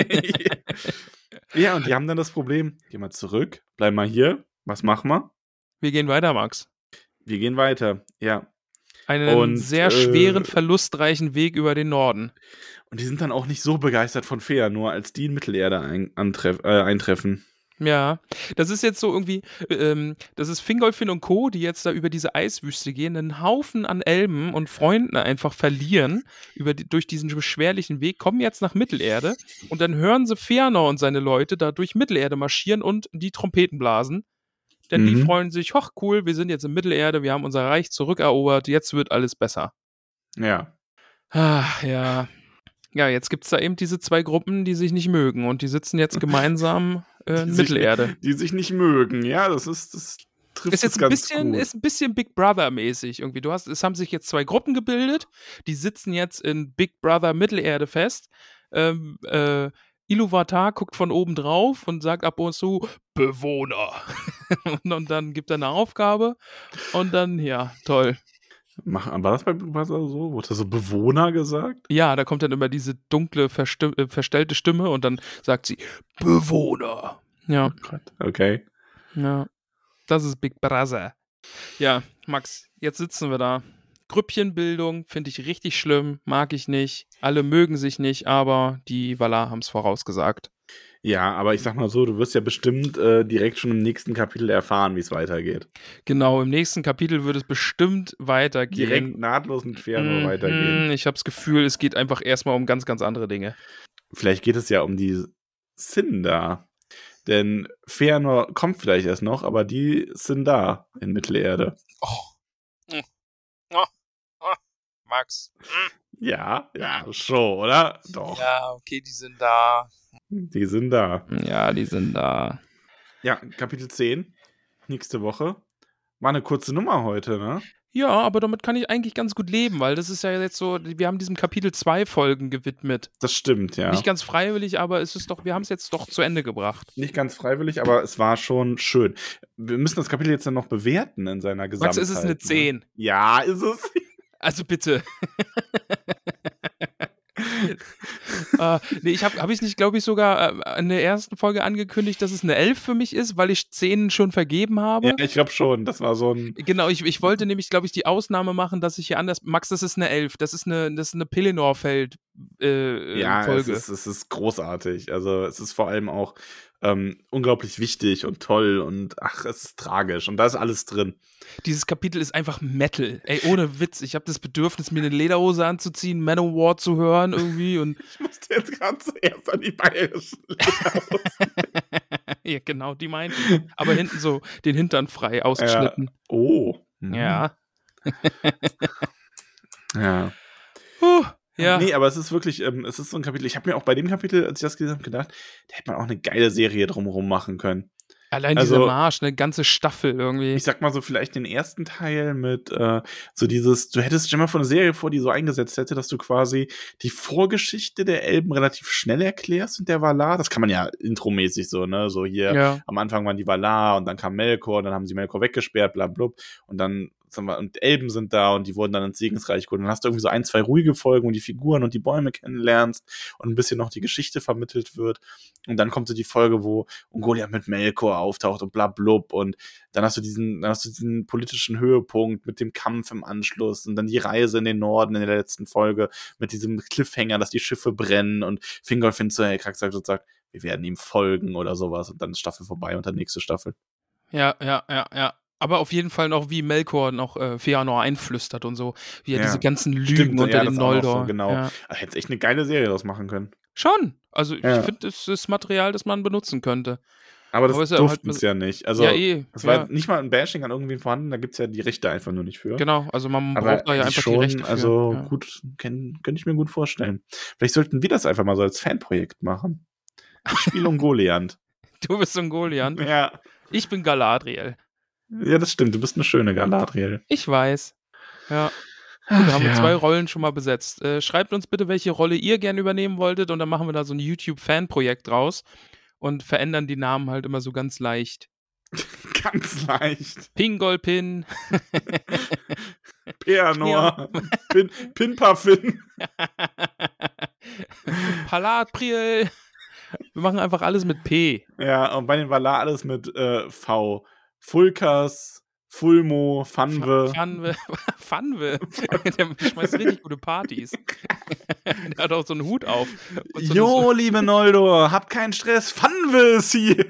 Speaker 2: Ja, und die haben dann das Problem, geh mal zurück, bleib mal hier, was machen wir?
Speaker 1: Wir gehen weiter, Max.
Speaker 2: Wir gehen weiter, ja.
Speaker 1: Einen und, sehr schweren, äh, verlustreichen Weg über den Norden.
Speaker 2: Und die sind dann auch nicht so begeistert von Feanor, als die in Mittelerde ein, antreff, äh, eintreffen.
Speaker 1: Ja, das ist jetzt so irgendwie, ähm, das ist Fingolfin und Co., die jetzt da über diese Eiswüste gehen, einen Haufen an Elben und Freunden einfach verlieren über die, durch diesen beschwerlichen Weg, kommen jetzt nach Mittelerde und dann hören sie Feanor und seine Leute da durch Mittelerde marschieren und die Trompeten blasen. Denn mhm. die freuen sich, hoch, cool, wir sind jetzt in Mittelerde, wir haben unser Reich zurückerobert, jetzt wird alles besser.
Speaker 2: Ja.
Speaker 1: Ach, ja. Ja, jetzt gibt es da eben diese zwei Gruppen, die sich nicht mögen und die sitzen jetzt gemeinsam äh, in Mittelerde.
Speaker 2: Sich, die sich nicht mögen, ja, das ist, das trifft
Speaker 1: ist jetzt
Speaker 2: ganz
Speaker 1: ein bisschen,
Speaker 2: gut.
Speaker 1: Ist ein bisschen Big Brother-mäßig irgendwie. Du hast, es haben sich jetzt zwei Gruppen gebildet, die sitzen jetzt in Big Brother Mittelerde fest. Ähm, äh, Iluvatar guckt von oben drauf und sagt ab und zu Bewohner. und, und dann gibt er eine Aufgabe und dann, ja, toll.
Speaker 2: War das bei Big Brother so? Wurde da so Bewohner gesagt?
Speaker 1: Ja, da kommt dann immer diese dunkle, versti- äh, verstellte Stimme und dann sagt sie Bewohner. Ja.
Speaker 2: Oh Gott, okay.
Speaker 1: Ja, das ist Big Brother. Ja, Max, jetzt sitzen wir da. Grüppchenbildung finde ich richtig schlimm, mag ich nicht. Alle mögen sich nicht, aber die Valar haben es vorausgesagt.
Speaker 2: Ja, aber ich sag mal so, du wirst ja bestimmt äh, direkt schon im nächsten Kapitel erfahren, wie es weitergeht.
Speaker 1: Genau, im nächsten Kapitel wird es bestimmt weitergehen.
Speaker 2: Direkt nahtlos mit Feanor
Speaker 1: mhm,
Speaker 2: weitergehen.
Speaker 1: Ich habe das Gefühl, es geht einfach erstmal um ganz, ganz andere Dinge.
Speaker 2: Vielleicht geht es ja um die Sindar. Denn Feanor kommt vielleicht erst noch, aber die sind da in Mittelerde.
Speaker 1: Oh. Oh. Oh. Max.
Speaker 2: Ja, ja, schon, oder? Doch.
Speaker 1: Ja, okay, die sind da.
Speaker 2: Die sind da.
Speaker 1: Ja, die sind da.
Speaker 2: Ja, Kapitel zehn, nächste Woche. War eine kurze Nummer heute, ne?
Speaker 1: Ja, aber damit kann ich eigentlich ganz gut leben, weil das ist ja jetzt so, wir haben diesem Kapitel zwei Folgen gewidmet.
Speaker 2: Das stimmt, ja.
Speaker 1: Nicht ganz freiwillig, aber es ist doch, wir haben es jetzt doch zu Ende gebracht.
Speaker 2: Nicht ganz freiwillig, aber es war schon schön. Wir müssen das Kapitel jetzt dann noch bewerten in seiner Gesamtheit.
Speaker 1: Max, ist es eine
Speaker 2: ne?
Speaker 1: zehn?
Speaker 2: Ja, ist es.
Speaker 1: Also bitte. äh, nee, ich habe hab ich nicht, glaube ich, sogar äh, in der ersten Folge angekündigt, dass es eine elf für mich ist, weil ich zehn schon vergeben habe.
Speaker 2: Ja, ich glaube schon. Das war so ein.
Speaker 1: Genau, ich, ich wollte nämlich, glaube ich, die Ausnahme machen, dass ich hier anders. Max, das ist eine elf. Das ist eine, das ist eine Pelennor-Feld. Äh,
Speaker 2: Ja,
Speaker 1: Folge.
Speaker 2: es ist, es ist großartig. Also, es ist vor allem auch ähm, unglaublich wichtig und toll und ach, es ist tragisch. Und da ist alles drin.
Speaker 1: Dieses Kapitel ist einfach Metal. Ey, ohne Witz. Ich habe das Bedürfnis, mir eine Lederhose anzuziehen, Manowar zu hören irgendwie. Und
Speaker 2: Ich musste jetzt gerade zuerst an die bayerischen Lederhosen.
Speaker 1: ja, genau, die meinte ich. Aber hinten so den Hintern frei ausgeschnitten.
Speaker 2: Ja. Oh. Mhm.
Speaker 1: Ja.
Speaker 2: Ja.
Speaker 1: Puh, ja.
Speaker 2: Nee, aber es ist wirklich, ähm, es ist so ein Kapitel. Ich habe mir auch bei dem Kapitel, als ich das gelesen habe, gedacht, da hätte man auch eine geile Serie drumherum machen können.
Speaker 1: Allein
Speaker 2: Also-
Speaker 1: dieser Marsch, eine ganze Staffel irgendwie.
Speaker 2: Ich sag mal so, vielleicht den ersten Teil mit äh, so dieses, du hättest, stell mal vor, eine Serie vor, die so eingesetzt hätte, dass du quasi die Vorgeschichte der Elben relativ schnell erklärst und der Valar. Das kann man ja intromäßig so, ne? So hier,
Speaker 1: Ja.
Speaker 2: am Anfang waren die Valar und dann kam Melkor und dann haben sie Melkor weggesperrt, bla bla. Und dann sagen wir, und Elben sind da und die wurden dann ins Segensreich geholt. Und dann hast du irgendwie so ein, zwei ruhige Folgen, wo die Figuren und die Bäume kennenlernst und ein bisschen noch die Geschichte vermittelt wird. Und dann kommt so die Folge, wo Ungoliath mit Melkor auftaucht und bla blub. Und dann hast du diesen, dann hast du diesen politischen Höhepunkt mit dem Kampf im Anschluss und dann die Reise in den Norden in der letzten Folge mit diesem Cliffhanger, dass die Schiffe brennen und Fingolfin zu Helcrax sagt und sagt, wir werden ihm folgen oder sowas. Und dann ist Staffel vorbei und dann nächste Staffel.
Speaker 1: Ja, ja, ja, ja. Aber auf jeden Fall noch, wie Melkor noch äh, Feanor einflüstert und so. Wie er
Speaker 2: Ja.
Speaker 1: diese ganzen Lügen
Speaker 2: Stimmt,
Speaker 1: unter
Speaker 2: ja,
Speaker 1: dem
Speaker 2: das auch noch
Speaker 1: Noldor.
Speaker 2: so, genau.
Speaker 1: Ja.
Speaker 2: Da hätte echt eine geile Serie draus machen können.
Speaker 1: Schon. Also
Speaker 2: Ja.
Speaker 1: ich finde, es ist Material, das man benutzen könnte.
Speaker 2: Aber das
Speaker 1: Aber ist ja
Speaker 2: durften
Speaker 1: halt-
Speaker 2: es ja nicht. Also,
Speaker 1: ja, eh.
Speaker 2: das war
Speaker 1: ja.
Speaker 2: nicht mal ein Bashing an irgendwen vorhanden, da gibt es ja die Rechte einfach nur nicht für.
Speaker 1: Genau, also man
Speaker 2: Aber
Speaker 1: braucht da ja
Speaker 2: ich
Speaker 1: einfach
Speaker 2: schon,
Speaker 1: die Rechte für.
Speaker 2: also
Speaker 1: ja.
Speaker 2: gut, kenn, könnte ich mir gut vorstellen. Vielleicht sollten wir das einfach mal so als Fanprojekt machen. Ich spiele Ungoliant.
Speaker 1: Du bist so ein Golian.
Speaker 2: Ja.
Speaker 1: Ich bin Galadriel.
Speaker 2: Ja, das stimmt. Du bist eine schöne Galadriel.
Speaker 1: Ich weiß. Ja. Gut,
Speaker 2: Ach,
Speaker 1: da haben wir
Speaker 2: ja.
Speaker 1: zwei Rollen schon mal besetzt. Äh, schreibt uns bitte, welche Rolle ihr gerne übernehmen wolltet und dann machen wir da so ein YouTube-Fan-Projekt draus und verändern die Namen halt immer so ganz leicht.
Speaker 2: Ganz leicht.
Speaker 1: Pingolpin.
Speaker 2: Peanor. Pin, Pinpafin.
Speaker 1: Paladpriel. Wir machen einfach alles mit P.
Speaker 2: Ja, und bei den Valar alles mit äh, V. Fulkas, Fulmo, Fanwe.
Speaker 1: Fanwe. Fanwe. Der schmeißt richtig gute Partys. Der hat auch so einen Hut auf. Und so
Speaker 2: Jo, liebe Noldor, habt keinen Stress, Fanwe ist hier.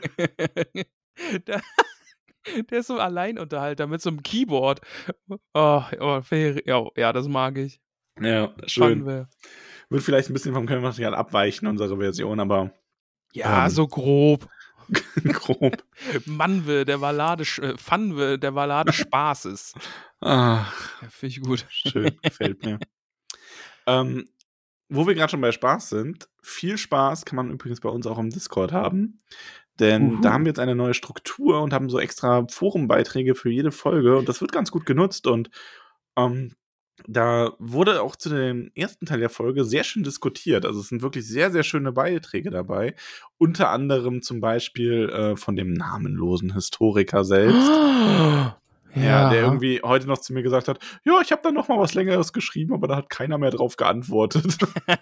Speaker 1: der, der ist so Alleinunterhalter mit so einem Keyboard. Oh, oh ja, ja, das mag ich.
Speaker 2: Ja, schön.
Speaker 1: Fanwe.
Speaker 2: Wird vielleicht ein bisschen vom Quellenmaterial abweichen, unsere Version, aber
Speaker 1: Ja,
Speaker 2: Ähm.
Speaker 1: so grob.
Speaker 2: grob.
Speaker 1: Manwe, der Ballade, äh, Fanwe, der Ballade Spaßes.
Speaker 2: Ach,
Speaker 1: Ja, finde ich gut.
Speaker 2: schön, gefällt mir. ähm, wo wir gerade schon bei Spaß sind, viel Spaß kann man übrigens bei uns auch im Discord haben. Denn
Speaker 1: Uhu.
Speaker 2: da haben wir jetzt eine neue Struktur und haben so extra Forumbeiträge für jede Folge und das wird ganz gut genutzt und ähm, da wurde auch zu dem ersten Teil der Folge sehr schön diskutiert. Also es sind wirklich sehr, sehr schöne Beiträge dabei. Unter anderem zum Beispiel äh, von dem namenlosen Historiker selbst.
Speaker 1: Ja,
Speaker 2: Ja, der irgendwie heute noch zu mir gesagt hat, ja, ich habe da noch mal was Längeres geschrieben, aber da hat keiner mehr drauf geantwortet.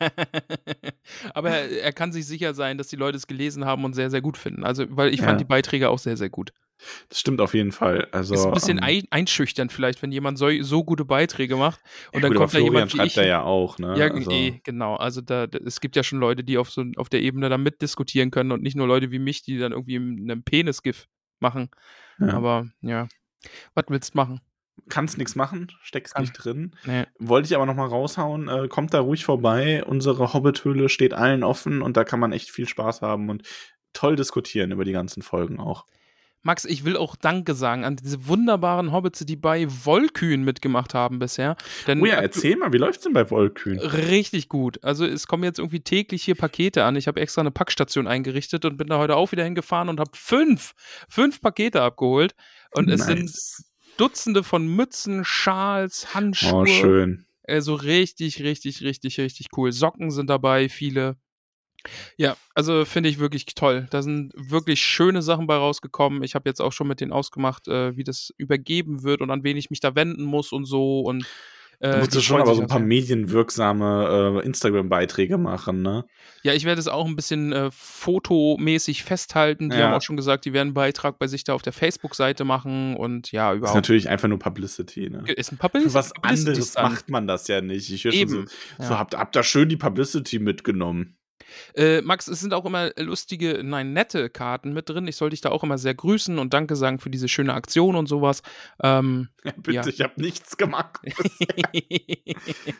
Speaker 1: Aber er, er kann sich sicher sein, dass die Leute es gelesen haben und sehr, sehr gut finden. Also, weil ich
Speaker 2: Ja.
Speaker 1: fand die Beiträge auch sehr, sehr gut.
Speaker 2: Das stimmt auf jeden Fall. Also,
Speaker 1: Ist ein bisschen
Speaker 2: ähm,
Speaker 1: ein, einschüchternd vielleicht, wenn jemand so, so gute Beiträge macht und
Speaker 2: ja,
Speaker 1: dann
Speaker 2: gut, aber
Speaker 1: kommt da
Speaker 2: Florian
Speaker 1: jemand wie
Speaker 2: schreibt
Speaker 1: ich.
Speaker 2: da ja auch, ne?
Speaker 1: Ja,
Speaker 2: also,
Speaker 1: eh, genau. Also da, da, es gibt ja schon Leute, die auf so auf der Ebene da mitdiskutieren können und nicht nur Leute wie mich, die dann irgendwie einen Penis-GIF machen.
Speaker 2: ja.
Speaker 1: Aber ja, was willst du machen?
Speaker 2: Kannst nichts machen, steckst
Speaker 1: Kann-
Speaker 2: nicht drin.
Speaker 1: Nee.
Speaker 2: Wollte ich aber noch mal raushauen, äh, kommt da ruhig vorbei. Unsere Hobbit-Höhle steht allen offen und da kann man echt viel Spaß haben und toll diskutieren über die ganzen Folgen auch.
Speaker 1: Max, ich will auch Danke sagen an diese wunderbaren Hobbits, die bei Wollkühn mitgemacht haben bisher. Denn
Speaker 2: Oh ja,
Speaker 1: aktu-
Speaker 2: erzähl mal, wie läuft's denn bei Wollkühn?
Speaker 1: Richtig gut. Also es kommen jetzt irgendwie täglich hier Pakete an. Ich habe extra eine Packstation eingerichtet und bin da heute auch wieder hingefahren und habe fünf, fünf Pakete abgeholt. Und es sind
Speaker 2: Nice.
Speaker 1: Dutzende von Mützen, Schals, Handschuhe.
Speaker 2: Oh, schön.
Speaker 1: Also richtig, richtig, richtig, richtig cool. Socken sind dabei, viele. Ja, also finde ich wirklich toll. Da sind wirklich schöne Sachen bei rausgekommen. Ich habe jetzt auch schon mit denen ausgemacht, äh, wie das übergeben wird und an wen ich mich da wenden muss und so. Und
Speaker 2: Da
Speaker 1: äh,
Speaker 2: musst
Speaker 1: die
Speaker 2: du schon
Speaker 1: freuen
Speaker 2: aber
Speaker 1: sich
Speaker 2: so ein
Speaker 1: auch
Speaker 2: paar
Speaker 1: sehr.
Speaker 2: medienwirksame äh, Instagram-Beiträge machen, ne?
Speaker 1: Ja, ich werde es auch ein bisschen äh, fotomäßig festhalten. Die
Speaker 2: Ja.
Speaker 1: haben auch schon gesagt, die werden einen Beitrag bei sich da auf der Facebook-Seite machen und ja,
Speaker 2: Ist
Speaker 1: überhaupt.
Speaker 2: natürlich einfach nur Publicity, ne?
Speaker 1: Ist ein
Speaker 2: Für
Speaker 1: Publicity.
Speaker 2: was
Speaker 1: Publicity
Speaker 2: anderes
Speaker 1: Stunt.
Speaker 2: macht man das ja nicht. Ich höre schon so,
Speaker 1: Eben.
Speaker 2: so
Speaker 1: Ja.
Speaker 2: habt, habt da schön die Publicity mitgenommen.
Speaker 1: Äh, Max, es sind auch immer lustige, nein, nette Karten mit drin. Ich soll dich da auch immer sehr grüßen und Danke sagen für diese schöne Aktion und sowas. Ähm,
Speaker 2: Ja, bitte,
Speaker 1: ja.
Speaker 2: ich habe nichts gemacht bisher.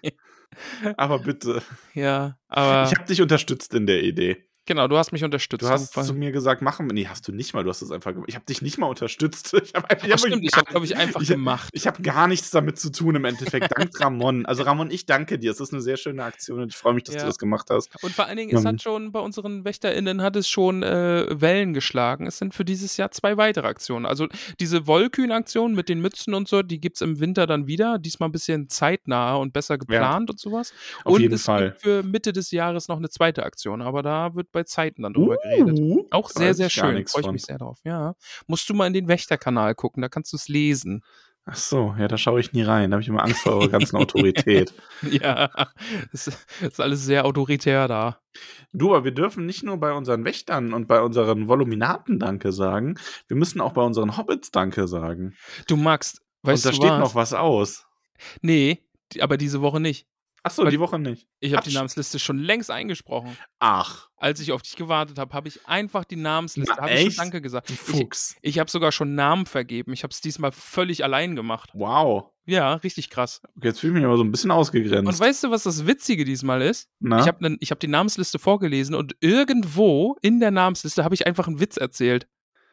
Speaker 2: Aber bitte.
Speaker 1: Ja, aber
Speaker 2: Ich habe dich unterstützt in der Idee.
Speaker 1: genau, du hast mich unterstützt.
Speaker 2: Du hast
Speaker 1: Du-
Speaker 2: zu mir gesagt, machen wir. Nee, hast du nicht mal, du hast es einfach gemacht. Ich habe dich nicht mal unterstützt. Ich habe
Speaker 1: Ach, stimmt, ich habe, glaube ich, einfach
Speaker 2: ich,
Speaker 1: gemacht.
Speaker 2: Ich habe gar nichts damit zu tun im Endeffekt. Dank Ramon. Also Ramon, ich danke dir. Es ist eine sehr schöne Aktion und ich freue mich, dass
Speaker 1: Ja.
Speaker 2: du das gemacht hast.
Speaker 1: Und vor allen Dingen, es
Speaker 2: Ähm,
Speaker 1: hat schon bei unseren WächterInnen hat es schon äh, Wellen geschlagen. Es sind für dieses Jahr zwei weitere Aktionen. Also diese Wollkühn-Aktion mit den Mützen und so, die gibt es im Winter dann wieder. Diesmal ein bisschen zeitnah und besser geplant und sowas.
Speaker 2: Auf
Speaker 1: und
Speaker 2: jeden
Speaker 1: es
Speaker 2: Fall.
Speaker 1: gibt für Mitte des Jahres noch eine zweite Aktion, aber da wird bei Zeiten dann drüber geredet.
Speaker 2: Uh,
Speaker 1: Auch
Speaker 2: da
Speaker 1: sehr,
Speaker 2: weiß
Speaker 1: sehr
Speaker 2: ich gar
Speaker 1: schön.
Speaker 2: nichts
Speaker 1: Freue ich
Speaker 2: von.
Speaker 1: mich sehr drauf. Ja. Musst du mal in den Wächterkanal gucken, da kannst du es lesen.
Speaker 2: Ach so, ja, da schaue ich nie rein. Da habe ich immer Angst vor eurer ganzen Autorität.
Speaker 1: Ja, das ist alles sehr autoritär da.
Speaker 2: Du, aber wir dürfen nicht nur bei unseren Wächtern und bei unseren Voluminaten Danke sagen, wir müssen auch bei unseren Hobbits Danke sagen.
Speaker 1: Du Max, weißt
Speaker 2: und da
Speaker 1: du
Speaker 2: steht
Speaker 1: was?
Speaker 2: noch was aus.
Speaker 1: Nee, die, aber diese Woche nicht.
Speaker 2: Ach so,
Speaker 1: Weil
Speaker 2: die Woche nicht.
Speaker 1: Ich habe
Speaker 2: Hat
Speaker 1: die
Speaker 2: sch-
Speaker 1: Namensliste schon längst eingesprochen.
Speaker 2: Ach,
Speaker 1: Als ich auf dich gewartet habe, habe ich einfach die Namensliste,
Speaker 2: Na,
Speaker 1: habe ich schon
Speaker 2: echt?
Speaker 1: Danke gesagt.
Speaker 2: du
Speaker 1: Ich,
Speaker 2: Fuchs.
Speaker 1: ich habe sogar schon Namen vergeben. Ich habe es diesmal völlig allein gemacht.
Speaker 2: Wow.
Speaker 1: Ja, richtig krass.
Speaker 2: Okay, jetzt fühle ich mich aber so ein bisschen
Speaker 1: Und
Speaker 2: ausgegrenzt.
Speaker 1: weißt du, was das Witzige diesmal ist?
Speaker 2: Na?
Speaker 1: Ich habe ich hab die Namensliste vorgelesen und irgendwo in der Namensliste habe ich einfach einen Witz erzählt.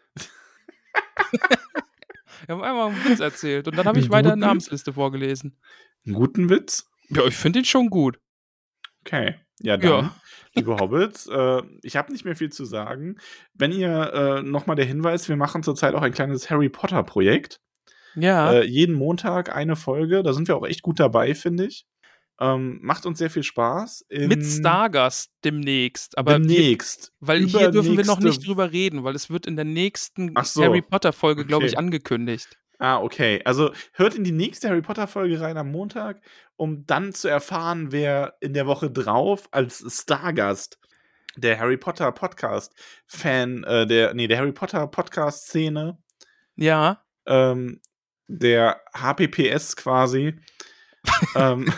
Speaker 1: Ich habe einfach einen Witz erzählt und dann habe ich
Speaker 2: Einen
Speaker 1: weiter
Speaker 2: guten?
Speaker 1: Namensliste vorgelesen.
Speaker 2: Einen guten Witz?
Speaker 1: Ja, ich finde ihn schon gut.
Speaker 2: Okay. Ja, dann,
Speaker 1: Ja.
Speaker 2: liebe Hobbits, äh, ich habe nicht mehr viel zu sagen. Wenn ihr, äh, nochmal der Hinweis, wir machen zurzeit auch ein kleines Harry Potter-Projekt.
Speaker 1: Ja.
Speaker 2: Äh, jeden Montag eine Folge. Da sind wir auch echt gut dabei, finde ich. Ähm, macht uns sehr viel Spaß. In
Speaker 1: Mit Stargast demnächst. Aber wir,
Speaker 2: demnächst.
Speaker 1: weil hier dürfen wir noch
Speaker 2: Übernächste-
Speaker 1: nicht drüber reden, weil es wird in der nächsten
Speaker 2: Ach so,
Speaker 1: Harry Potter-Folge, glaube ich,
Speaker 2: okay.
Speaker 1: angekündigt.
Speaker 2: Ah, okay. Also hört in die nächste Harry Potter-Folge rein am Montag, um dann zu erfahren, wer in der Woche drauf als Stargast der Harry Potter Podcast-Fan, äh, der, nee, der Harry Potter Podcast-Szene,
Speaker 1: Ja.
Speaker 2: ähm, der H P P S quasi, ähm,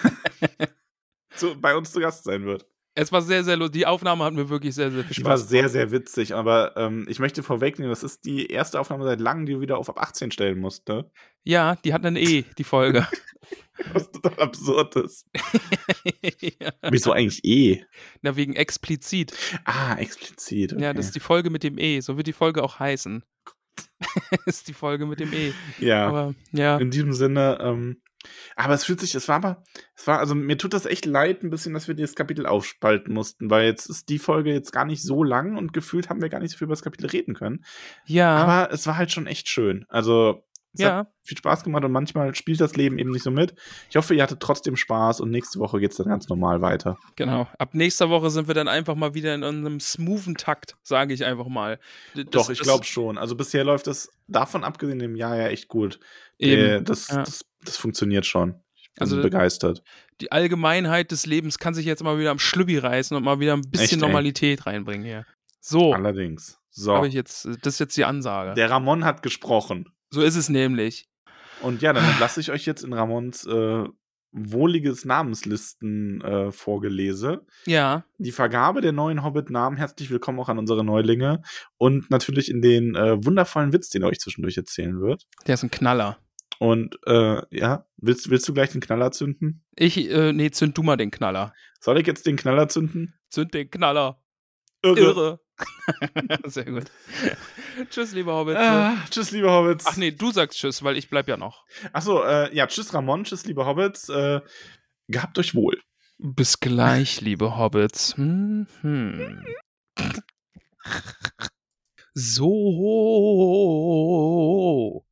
Speaker 2: zu, bei uns zu Gast sein wird.
Speaker 1: Es war sehr, sehr lustig. Die Aufnahme hat mir wirklich sehr, sehr viel
Speaker 2: Die
Speaker 1: Spaß
Speaker 2: war
Speaker 1: gemacht.
Speaker 2: sehr, sehr witzig, aber ähm, ich möchte vorwegnehmen, das ist die erste Aufnahme seit langem, die du wieder auf ab achtzehn stellen musste.
Speaker 1: Ja, die hat ein E, die Folge.
Speaker 2: Was total absurd ist.
Speaker 1: Ja.
Speaker 2: Wieso eigentlich eh?
Speaker 1: Na, wegen explizit.
Speaker 2: Ah, explizit. Okay.
Speaker 1: Ja, das ist die Folge mit dem E. So wird die Folge auch heißen. ist die Folge mit dem E.
Speaker 2: ja,
Speaker 1: Aber ja,
Speaker 2: in diesem Sinne, ähm, aber es fühlt sich, es war aber, es war, also mir tut das echt leid ein bisschen, dass wir das Kapitel aufspalten mussten, weil jetzt ist die Folge jetzt gar nicht so lang und gefühlt haben wir gar nicht so viel über das Kapitel reden können.
Speaker 1: ja,
Speaker 2: Aber es war halt schon echt schön. Also, es hat
Speaker 1: ja.
Speaker 2: viel Spaß gemacht und manchmal spielt das Leben eben nicht so mit. Ich hoffe, ihr hattet trotzdem Spaß und nächste Woche geht es dann ganz normal weiter.
Speaker 1: Genau. Ab nächster Woche sind wir dann einfach mal wieder in einem smoothen Takt, sage ich einfach mal. D- Das,
Speaker 2: Doch, ich
Speaker 1: das-
Speaker 2: glaube schon. Also bisher läuft das davon abgesehen im Jahr ja echt gut.
Speaker 1: Eben,
Speaker 2: Äh, das,
Speaker 1: ja.
Speaker 2: das, das funktioniert schon. Ich bin
Speaker 1: Also-
Speaker 2: begeistert.
Speaker 1: Die Allgemeinheit des Lebens kann sich jetzt mal wieder am Schlübbi reißen und mal wieder ein bisschen
Speaker 2: Echt, ey.
Speaker 1: Normalität reinbringen hier. So,
Speaker 2: Allerdings. So.
Speaker 1: habe ich jetzt, das ist jetzt die Ansage.
Speaker 2: Der Ramon hat gesprochen.
Speaker 1: So ist es nämlich.
Speaker 2: Und ja, dann lasse ich euch jetzt in Ramons äh, wohliges Namenslisten äh, vorgelese.
Speaker 1: Ja,
Speaker 2: Die Vergabe der neuen Hobbit-Namen, herzlich willkommen auch an unsere Neulinge. Und natürlich in den äh, wundervollen Witz, den er euch zwischendurch erzählen wird.
Speaker 1: der ist ein Knaller.
Speaker 2: Und äh, ja, willst, willst du gleich den Knaller zünden?
Speaker 1: Ich, äh, nee, zünd du mal den Knaller.
Speaker 2: Soll ich jetzt den Knaller zünden?
Speaker 1: Zünd den Knaller.
Speaker 2: Irre.
Speaker 1: Irre. Sehr gut. Tschüss, lieber Hobbit.
Speaker 2: Ah, tschüss, liebe Hobbits.
Speaker 1: Ach nee, du sagst Tschüss, weil ich bleib ja noch.
Speaker 2: Achso, äh, ja, tschüss Ramon, tschüss, liebe Hobbits. Äh, gehabt euch wohl.
Speaker 1: Bis gleich, liebe Hobbits. Hm, hm. So,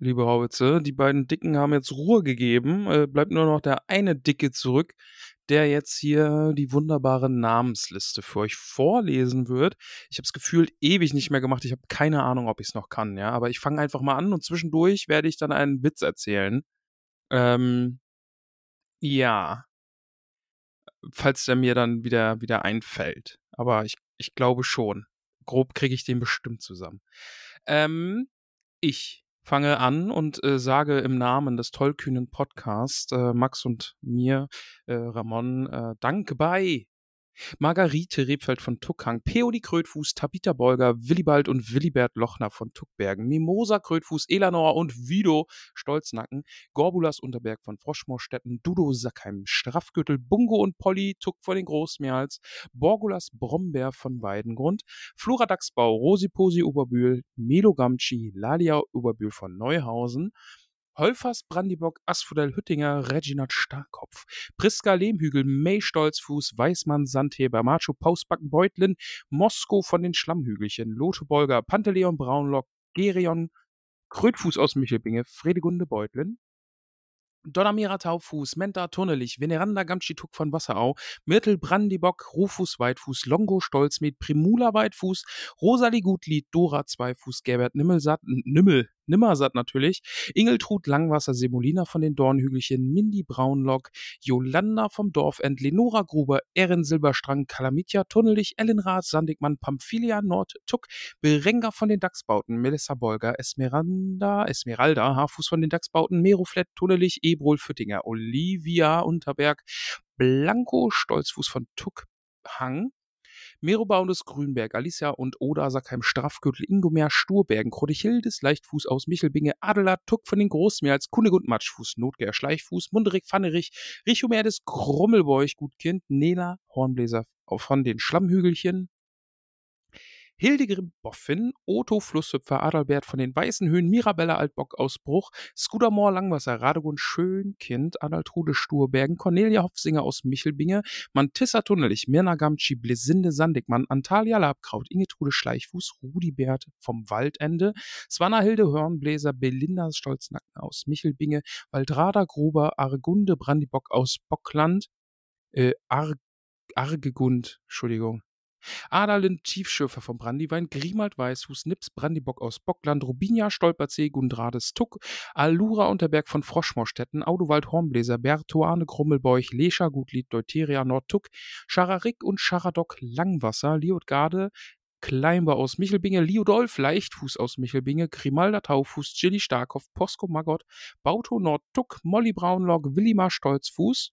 Speaker 1: liebe Hobbitze. Die beiden Dicken haben jetzt Ruhe gegeben. Äh, bleibt nur noch der eine Dicke zurück, der jetzt hier die wunderbare Namensliste für euch vorlesen wird. Ich habe es gefühlt ewig nicht mehr gemacht. Ich habe keine Ahnung, ob ich es noch kann, ja. Aber ich fange einfach mal an und zwischendurch werde ich dann einen Witz erzählen. Ähm, ja. Falls der mir dann wieder, wieder einfällt. Aber ich, ich glaube schon. Grob kriege ich den bestimmt zusammen. Ähm, ich fange an und äh, sage im Namen des tollkühnen Podcasts äh, Max und mir, äh, Ramon, äh, Danke bei Margarete Rebfeld von Tuckhang, Peony Krötfuß, Tabitha Bolger, Willibald und Willibert Lochner von Tuckbergen, Mimosa Krötfuß, Elanor und Vido Stolznacken, Gorbulas Unterberg von Froschmorstetten, Dudo Sackheim, Straffgürtel, Bungo und Polly Tuck von den Großmeerls, Borgulas Brombeer von Weidengrund, Flora Dachsbau, Rosiposi Oberbühl, Melo Gamci, Lalia Oberbühl von Neuhausen, Holfers Brandibock, Asphodel Hüttinger, Reginald Starkopf, Priska Lehmhügel, May Stolzfuß, Weißmann, Sandheber, Macho Pausbacken Beutlin, Mosko von den Schlammhügelchen, Lothar Bolger, Panteleon Braunlock, Gerion, Krötfuß aus Michelbinge, Fredegunde Beutlin, Donnermira Taufuß, Menta Tunnelich, Veneranda Gamtschituk von Wasserau, Myrtle Brandibock, Rufus Weitfuß, Longo Stolzmed, Primula Weitfuß, Rosalie Gutlied, Dora Zweifuß, Gerbert Nimmelsatt, Nimmel, Nimmersatt natürlich, Ingeltrud Langwasser, Semolina von den Dornhügelchen, Mindy Braunlock, Jolanda vom Dorfend, Lenora Gruber, Erin Silberstrang, Kalamitja Tunnelich, Ellenrath, Sandigmann, Pamphilia Nord, Tuck, Berenga von den Dachsbauten, Melissa Bolger, Esmeralda, Esmeralda, Haarfuß von den Dachsbauten, Meroflett, Tunnelich, Ebrol Füttinger, Olivia Unterberg, Blanco Stolzfuß von Tuckhang, Merobaudes Grünberg, Alicia und Oda Sackheim, Straffgürtel, Ingomer, Sturbergen, Krodichildes, Leichtfuß aus Michelbinge, Adelar, Tuck von den Großmeerls, Kunigund Matschfuß, Notger, Schleichfuß, Munderig, Pfannerich, Richomerdes, Grummelbeuch, Gutkind, Nela, Hornbläser von den Schlammhügelchen, Hildegrim Boffin, Otto Flusshüpfer, Adalbert von den Weißen Höhen, Mirabella Altbock aus Bruch, Skudamor Langwasser, Radegund Schönkind, Adaltrude Sturbergen, Cornelia Hopfsinger aus Michelbinge, Mantissa Tunnelich, Mirna Gamtschi, Blesinde Sandigmann, Antalia Labkraut, Ingetrude Schleichfuß, Rudibert vom Waldende, Swanahilde Hörnbläser, Belinda Stolznacken aus Michelbinge, Waldrada Gruber, Argunde Brandibock aus Bockland, äh, Ar Argegund, Entschuldigung, Adalind Tiefschürfer vom Brandywein, Grimald Weißfuß, Nips Brandibock aus Bockland, Rubinia Stolperzee, Gundrades Tuck, Allura Unterberg von Froschmorstetten, Audowald Hornbläser, Bertuane Grummelbeuch, Lescha Gutlied, Deuteria Nordtuck, Schararik und Scharadok Langwasser, Liotgarde, Kleinber aus Michelbinge, Liodolf Leichtfuß aus Michelbinge, Grimalda Taufuß, Gilly Starkopf, Posko Magott, Bauto Nordtuck, Molly Braunlock, Willimar Stolzfuß,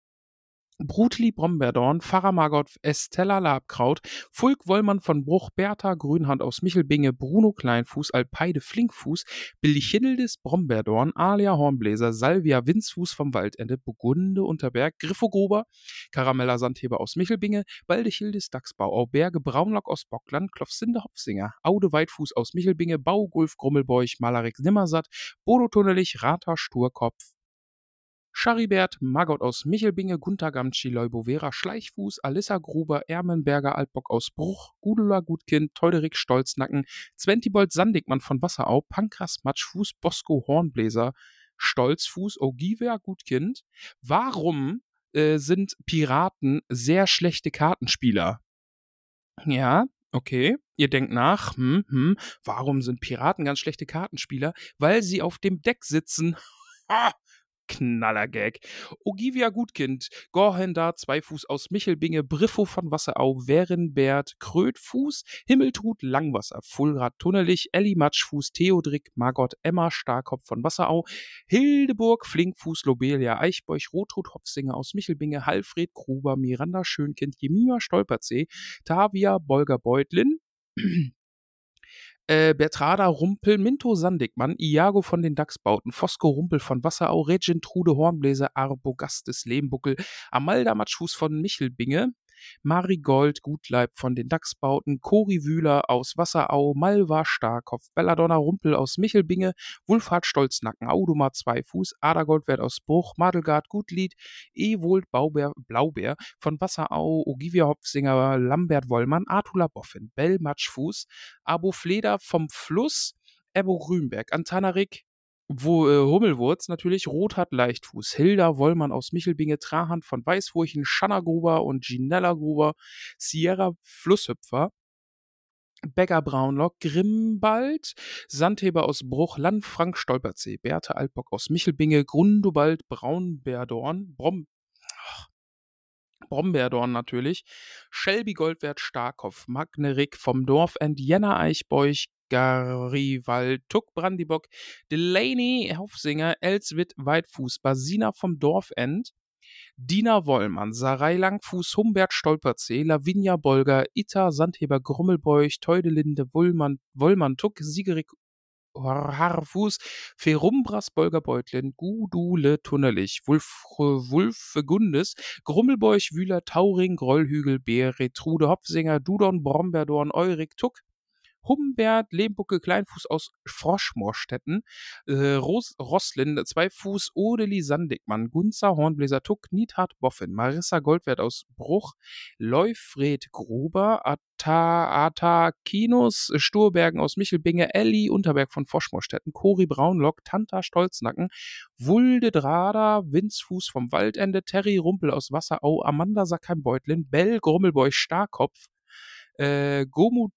Speaker 1: Brutli Brombeerdorn, Pfarrer Margot, Estella Labkraut, Fulk Wollmann von Bruch, Bertha Grünhand aus Michelbinge, Bruno Kleinfuß, Alpeide Flinkfuß, Billy Childes Brombeerdorn, Alia Hornbläser, Salvia Winzfuß vom Waldende, Burgunde Unterberg, Griffo Gruber, Karamella Sandheber aus Michelbinge, Balde Childes Dachsbau, Auberge Braunlock aus Bockland, Klopfsinde Hopfsinger, Aude Weitfuß aus Michelbinge, Baugulf Grummelbeuch, Malarek Nimmersatt, Bodo Tunnelich, Rata Sturkopf, Charibert, Margot aus Michelbinge, Gunther Gamtschi, Leubovera, Schleichfuß, Alissa Gruber, Ermenberger, Altbock aus Bruch, Gudula Gutkind, Teuderik Stolznacken, Zwentibold Sandigmann von Wasserau, Pankras Matschfuß, Bosco Hornbläser, Stolzfuß, Ogiver Gutkind. Warum äh, sind Piraten sehr schlechte Kartenspieler? Ja, okay. Ihr denkt nach, hm, hm, warum sind Piraten ganz schlechte Kartenspieler? Weil sie auf dem Deck sitzen. Ha! Knallergag. Ogivia Gutkind, Gorhendar, Zweifuß aus Michelbinge, Briffo von Wasserau, Werenbert, Krötfuß, Himmeltrud, Langwasser, Fulrad, Tunnelich, Elli Matschfuß, Theodrik, Margot, Emma, Starkopf von Wasserau, Hildeburg, Flinkfuß, Lobelia, Eichbeuch, Rotrud, Hopfsinger aus Michelbinge, Halfred, Gruber, Miranda, Schönkind, Jemima, Stolperzee, Tavia, Bolger, Beutlin, Äh, Bertrada Rumpel, Minto Sandigmann, Iago von den Dachsbauten, Fosco Rumpel von Wasserau, Regentrude Hornbläser, Arbogastes Lehmbuckel, Amalda Matschfuß von Michelbinge, Marigold Gutleib von den Dachsbauten, Cori Wühler aus Wasserau, Malva Starkopf, Belladonna Rumpel aus Michelbinge, Wulfhard Stolznacken, Audomar Zweifuß, Adergoldwert aus Bruch, Madelgard Gutlied, Ewold Bauber, Blaubeer von Wasserau, Ogivia Hopfsinger, Lambert Wollmann, Artula Boffin, Bell Matschfuß, Abo Fleder vom Fluss, Ebo Grünberg, Antanarik, Wo äh, Hummelwurz natürlich, Rothart Leichtfuß, Hilda Wollmann aus Michelbinge, Trahand von Weißfurchen, Schanna Gruber und Ginella Gruber, Sierra Flusshüpfer, Becker Braunlock, Grimbald, Sandheber aus Bruch, Land Frank Stolperzee, Berthe Altbock aus Michelbinge, Grundobald Braunbärdorn, Brom, Brombeerdorn natürlich, Shelby Goldwert Starkopf, Magne Rick vom Dorfend, Jenna Eichbeuch, Garivald, Tuck Brandibock, Delaney Hofsinger, Elswit Weitfuß, Basina vom Dorfend, Dina Wollmann, Sarai Langfuß, Humbert Stolperzee, Lavinia Bolger, Itta Sandheber Grummelbeuch, Teudelinde Wollmann, Wollmann Tuck, Siegerik Harfuß, Ferumbras Bolger Beutlin, Gudule Tunnelich, Wulf, Wulfe Gundes, Grummelbeuch, Wühler, Tauring, Grollhügel, Beer, Retrude, Hopfsinger, Dudon, Brombeerdorn, Eurik, Tuck, Humbert, Lehmbucke, Kleinfuß aus Froschmoorstetten, äh, Ros Roslin, Zweifuß, Odeli Sandigmann, Gunzer, Hornbläser, Tuck, Niethard, Boffin, Marissa Goldwert aus Bruch, Leufred Gruber, Ata, Atakinus, Sturbergen aus Michelbinge, Elli Unterberg von Froschmoorstetten, Cori Braunlock, Tanta Stolznacken, Wulde Drader, Winzfuß vom Waldende, Terry Rumpel aus Wasserau, Amanda Sackheim-Beutlin, Bell Grummelbeuch Starkopf, äh, Gomut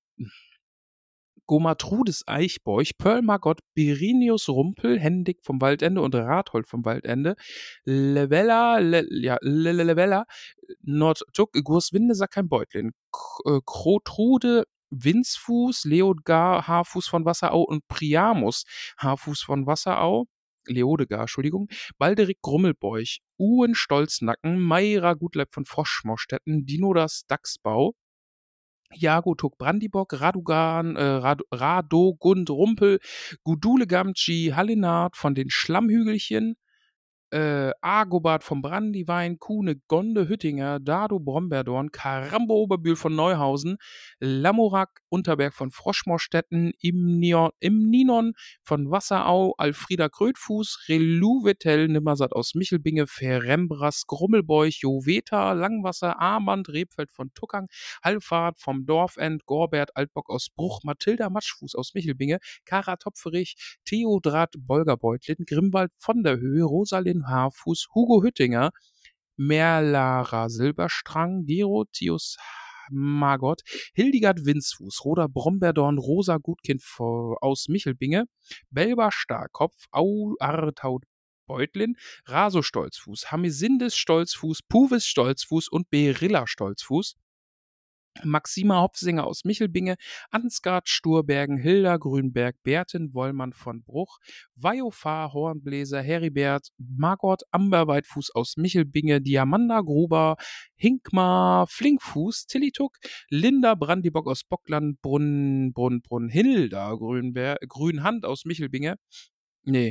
Speaker 1: Gomatrudes Eichbeuch, Pearl Margot, Birinius Rumpel, Hendig vom Waldende und Rathold vom Waldende, Levella, Le, ja, Le, Le, Levella, Nordtuck, Gurswinde, Sackheim-Beutlin, Krotrude, Winzfuß, Leodgar, Haarfuß von Wasserau und Priamus, Haarfuß von Wasserau, Leodegar, Entschuldigung, Balderik Grummelbeuch, Uhen Stolznacken, Mayra Gutleib von Froschmoorstetten, Dinodas Dachsbau, Jago Tuck Brandibock, Radugan, äh, Rad Radogund Rumpel, Gudule Gamci, Hallinard von den Schlammhügelchen, äh, Agobart vom Brandywein, Kuhne Gonde Hüttinger, Dado Brombeerdorn, Karambo Oberbühl von Neuhausen, Lamorak Unterberg von Froschmoorstetten, Imnion, Imninon von Wasserau, Alfrieda Krötfuß, Relu Vettel Nimmersatt aus Michelbinge, Ferembras Grummelbeuch, Joveta Langwasser, Armand Rebfeld von Tuckang, Halfahrt vom Dorfend, Gorbert Altbock aus Bruch, Mathilda Matschfuß aus Michelbinge, Kara Topferich, Theodrat Bolgerbeutlin, Grimwald von der Höhe, Rosalind Haarfuß, Hugo Hüttinger, Merlara Silberstrang, Gerotius Margot, Hildegard Winzfuß, Roda Brombeerdorn, Rosa Gutkind aus Michelbinge, Belba Starkopf, Au Artaud Beutlin, Raso Stolzfuß, Hamisindes Stolzfuß, Puvis Stolzfuß und Berilla Stolzfuß, Maxima Hopfsinger aus Michelbinge, Ansgard Sturbergen, Hilda Grünberg, Berten Wollmann von Bruch, Vajofar Hornbläser, Heribert, Margot Amberweitfuß aus Michelbinge, Diamanda Gruber, Hinkmar Flinkfuß, Tillituck, Linda Brandibock aus Bockland, Brunn, Brunn, Brunn, Hilda Grünberg, Grünhand aus Michelbinge, nee,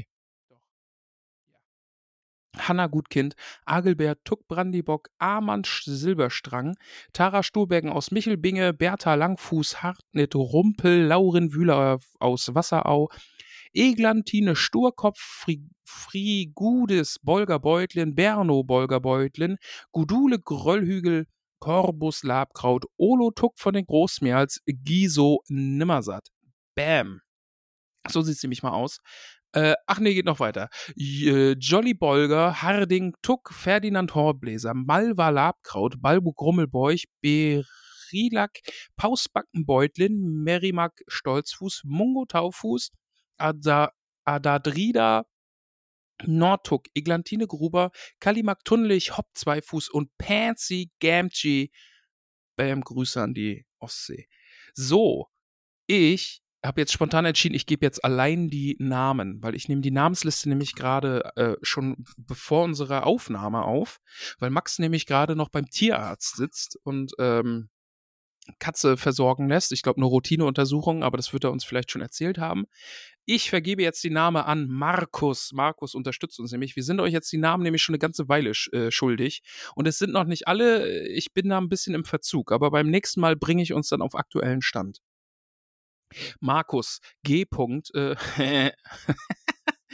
Speaker 1: Hanna Gutkind, Agelbert Tuck Brandibock, Armand Silberstrang, Tara Sturbergen aus Michelbinge, Bertha Langfuß, Hartnett Rumpel, Laurin Wühler aus Wasserau, Eglantine Sturkopf, Fri Frigudes Bolgerbeutlin, Berno Bolgerbeutlin, Gudule Gröllhügel, Corbus Labkraut, Olo Tuck von den Großmeerls, Giso Nimmersatt. Bam. So sieht's nämlich mal aus. Äh, ach nee, geht noch weiter. J Jolly Bolger, Harding Tuck, Ferdinand Hornbläser, Malva Labkraut, Balbu Grummelbeuch, Berilak, Pausbackenbeutlin, Merrimack Stolzfuß, Mungo Taufuß, Ada, Adadrida Nordtuck, Eglantine Gruber, Kalimak Tunnlich, Hopp Zweifuß und Pansy Gamgee. Bam, Grüße an die Ostsee. So, ich habe jetzt spontan entschieden, ich gebe jetzt allein die Namen, weil ich nehme die Namensliste nämlich gerade äh, schon bevor unserer Aufnahme auf, weil Max nämlich gerade noch beim Tierarzt sitzt und ähm, Katze versorgen lässt. Ich glaube, eine Routineuntersuchung, aber das wird er uns vielleicht schon erzählt haben. Ich vergebe jetzt die Namen an Markus. Markus unterstützt uns nämlich. Wir sind euch jetzt die Namen nämlich schon eine ganze Weile äh, schuldig. Und es sind noch nicht alle. Ich bin da ein bisschen im Verzug. Aber beim nächsten Mal bringe ich uns dann auf aktuellen Stand. Markus G. Äh,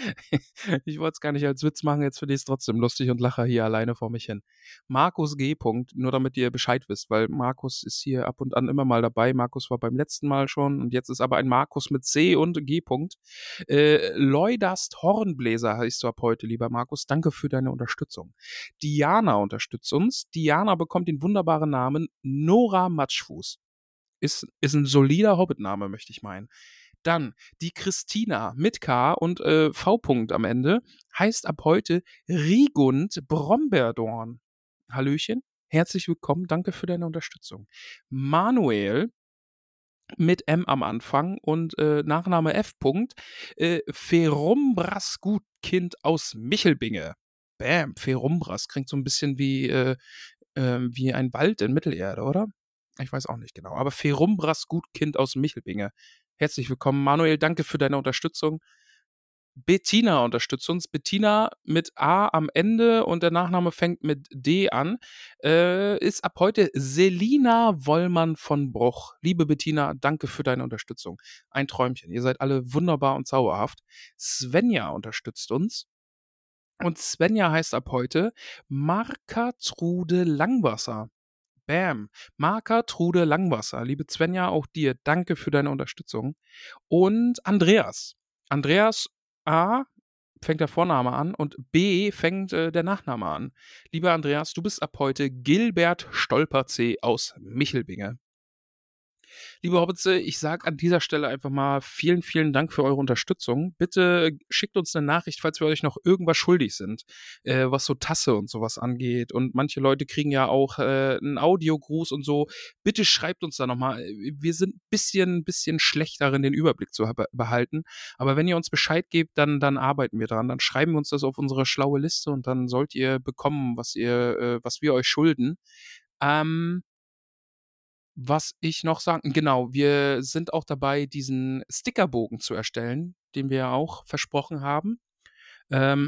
Speaker 1: Ich wollte es gar nicht als Witz machen, jetzt finde ich es trotzdem lustig und lache hier alleine vor mich hin. Markus G. Punkt, nur damit ihr Bescheid wisst, weil Markus ist hier ab und an immer mal dabei. Markus war beim letzten Mal schon und jetzt ist aber ein Markus mit C und G. Punkt. Äh, Leudast Hornbläser heißt du ab heute, lieber Markus. Danke für deine Unterstützung. Diana unterstützt uns. Diana bekommt den wunderbaren Namen Nora Matschfuß. Ist, ist ein solider Hobbit-Name, möchte ich meinen. Dann die Christina mit K und äh, V. -Punkt am Ende heißt ab heute Rigund Brombeerdorn. Hallöchen, herzlich willkommen, danke für deine Unterstützung. Manuel mit M am Anfang und äh, Nachname F. -Punkt, äh, Ferumbras Gutkind aus Michelbinge. Bam, Ferumbras klingt so ein bisschen wie, äh, äh, wie ein Wald in Mittelerde, oder? Ich weiß auch nicht genau, aber Ferumbras Gutkind aus Michelbinge. Herzlich willkommen, Manuel, danke für deine Unterstützung. Bettina unterstützt uns. Bettina mit A am Ende und der Nachname fängt mit D an. Äh, ist ab heute Selina Wollmann von Bruch. Liebe Bettina, danke für deine Unterstützung. Ein Träumchen. Ihr seid alle wunderbar und zauberhaft. Svenja unterstützt uns. Und Svenja heißt ab heute Marka Trude Langwasser. Bam. Marka Trude Langwasser. Liebe Svenja, auch dir danke für deine Unterstützung. Und Andreas. Andreas A fängt der Vorname an und B fängt äh, der Nachname an. Lieber Andreas, du bist ab heute Gilbert Stolperzee aus Michelbinge. Liebe Hobbitze, ich sage an dieser Stelle einfach mal vielen, vielen Dank für eure Unterstützung. Bitte schickt uns eine Nachricht, falls wir euch noch irgendwas schuldig sind, äh, was so Tasse und sowas angeht. Und manche Leute kriegen ja auch äh, einen Audiogruß und so. Bitte schreibt uns da nochmal. Wir sind ein bisschen, bisschen schlecht darin, den Überblick zu behalten. Aber wenn ihr uns Bescheid gebt, dann, dann arbeiten wir dran. Dann schreiben wir uns das auf unsere schlaue Liste und dann sollt ihr bekommen, was ihr, äh, was wir euch schulden. Ähm, Was ich noch sagen, genau, wir sind auch dabei, diesen Stickerbogen zu erstellen, den wir ja auch versprochen haben. Ähm,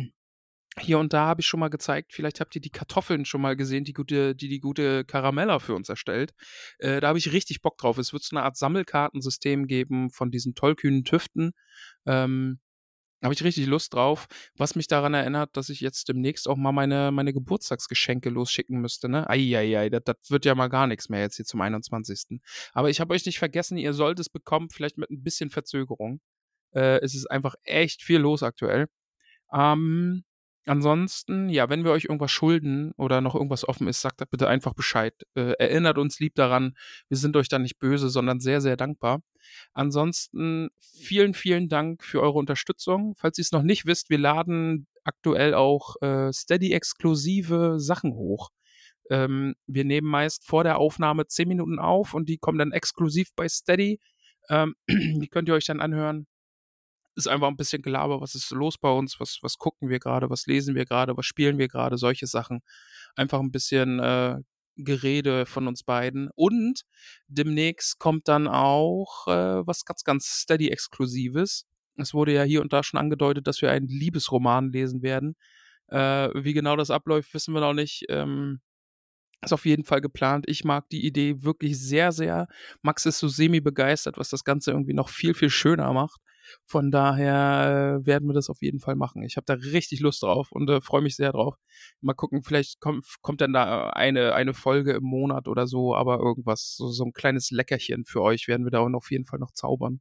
Speaker 1: hier und da habe ich schon mal gezeigt, vielleicht habt ihr die Kartoffeln schon mal gesehen, die gute, die die gute Caramella für uns erstellt. Äh, da habe ich richtig Bock drauf. Es wird so eine Art Sammelkartensystem geben von diesen tollkühnen Tüften. Ähm, habe ich richtig Lust drauf, was mich daran erinnert, dass ich jetzt demnächst auch mal meine, meine Geburtstagsgeschenke losschicken müsste, ne? Eieiei, das, das wird ja mal gar nichts mehr jetzt hier zum einundzwanzigsten. Aber ich habe euch nicht vergessen, ihr sollt es bekommen, vielleicht mit ein bisschen Verzögerung. Äh, es ist einfach echt viel los aktuell. Ähm, ansonsten, ja, wenn wir euch irgendwas schulden oder noch irgendwas offen ist, sagt bitte einfach Bescheid. Äh, erinnert uns lieb daran. Wir sind euch da nicht böse, sondern sehr, sehr dankbar. Ansonsten vielen, vielen Dank für eure Unterstützung. Falls ihr es noch nicht wisst, wir laden aktuell auch äh, Steady-exklusive Sachen hoch. Ähm, wir nehmen meist vor der Aufnahme zehn Minuten auf und die kommen dann exklusiv bei Steady. Ähm, die könnt ihr euch dann anhören. Ist einfach ein bisschen Gelaber, was ist los bei uns, was, was gucken wir gerade, was lesen wir gerade, was spielen wir gerade, solche Sachen. Einfach ein bisschen äh, Gerede von uns beiden. Und demnächst kommt dann auch äh, was ganz, ganz Steady-Exklusives. Es wurde ja hier und da schon angedeutet, dass wir einen Liebesroman lesen werden. Äh, wie genau das abläuft, wissen wir noch nicht. Ähm, ist auf jeden Fall geplant. Ich mag die Idee wirklich sehr, sehr. Max ist so semi-begeistert, was das Ganze irgendwie noch viel, viel schöner macht. Von daher äh, werden wir das auf jeden Fall machen. Ich habe da richtig Lust drauf und äh, freue mich sehr drauf. Mal gucken, vielleicht kommt, kommt dann da eine, eine Folge im Monat oder so, aber irgendwas, so, so ein kleines Leckerchen für euch werden wir da auf jeden Fall noch zaubern.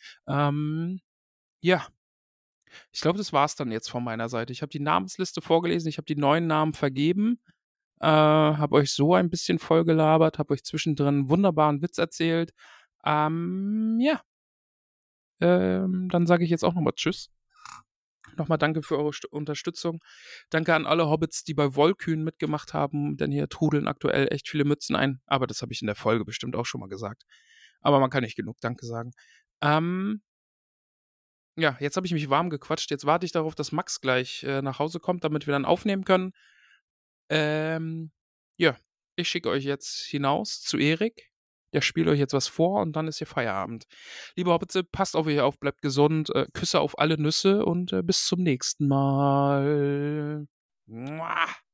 Speaker 1: Ähm, ja, ich glaube, das war's dann jetzt von meiner Seite. Ich habe die Namensliste vorgelesen, ich habe die neuen Namen vergeben. Äh, habe euch so ein bisschen vollgelabert, habe euch zwischendrin einen wunderbaren Witz erzählt. Ähm, ja. Ähm, dann sage ich jetzt auch nochmal Tschüss. Nochmal danke für eure St- Unterstützung. Danke an alle Hobbits, die bei Wollkühn mitgemacht haben, denn hier trudeln aktuell echt viele Mützen ein. Aber das habe ich in der Folge bestimmt auch schon mal gesagt. Aber man kann nicht genug Danke sagen. Ähm, ja, jetzt habe ich mich warm gequatscht. Jetzt warte ich darauf, dass Max gleich äh, nach Hause kommt, damit wir dann aufnehmen können. Ähm, ja, ich schicke euch jetzt hinaus zu Erik. Der spielt euch jetzt was vor und dann ist hier Feierabend. Liebe Hobbitze, passt auf euch auf, bleibt gesund, äh, Küsse auf alle Nüsse und äh, bis zum nächsten Mal. Mua.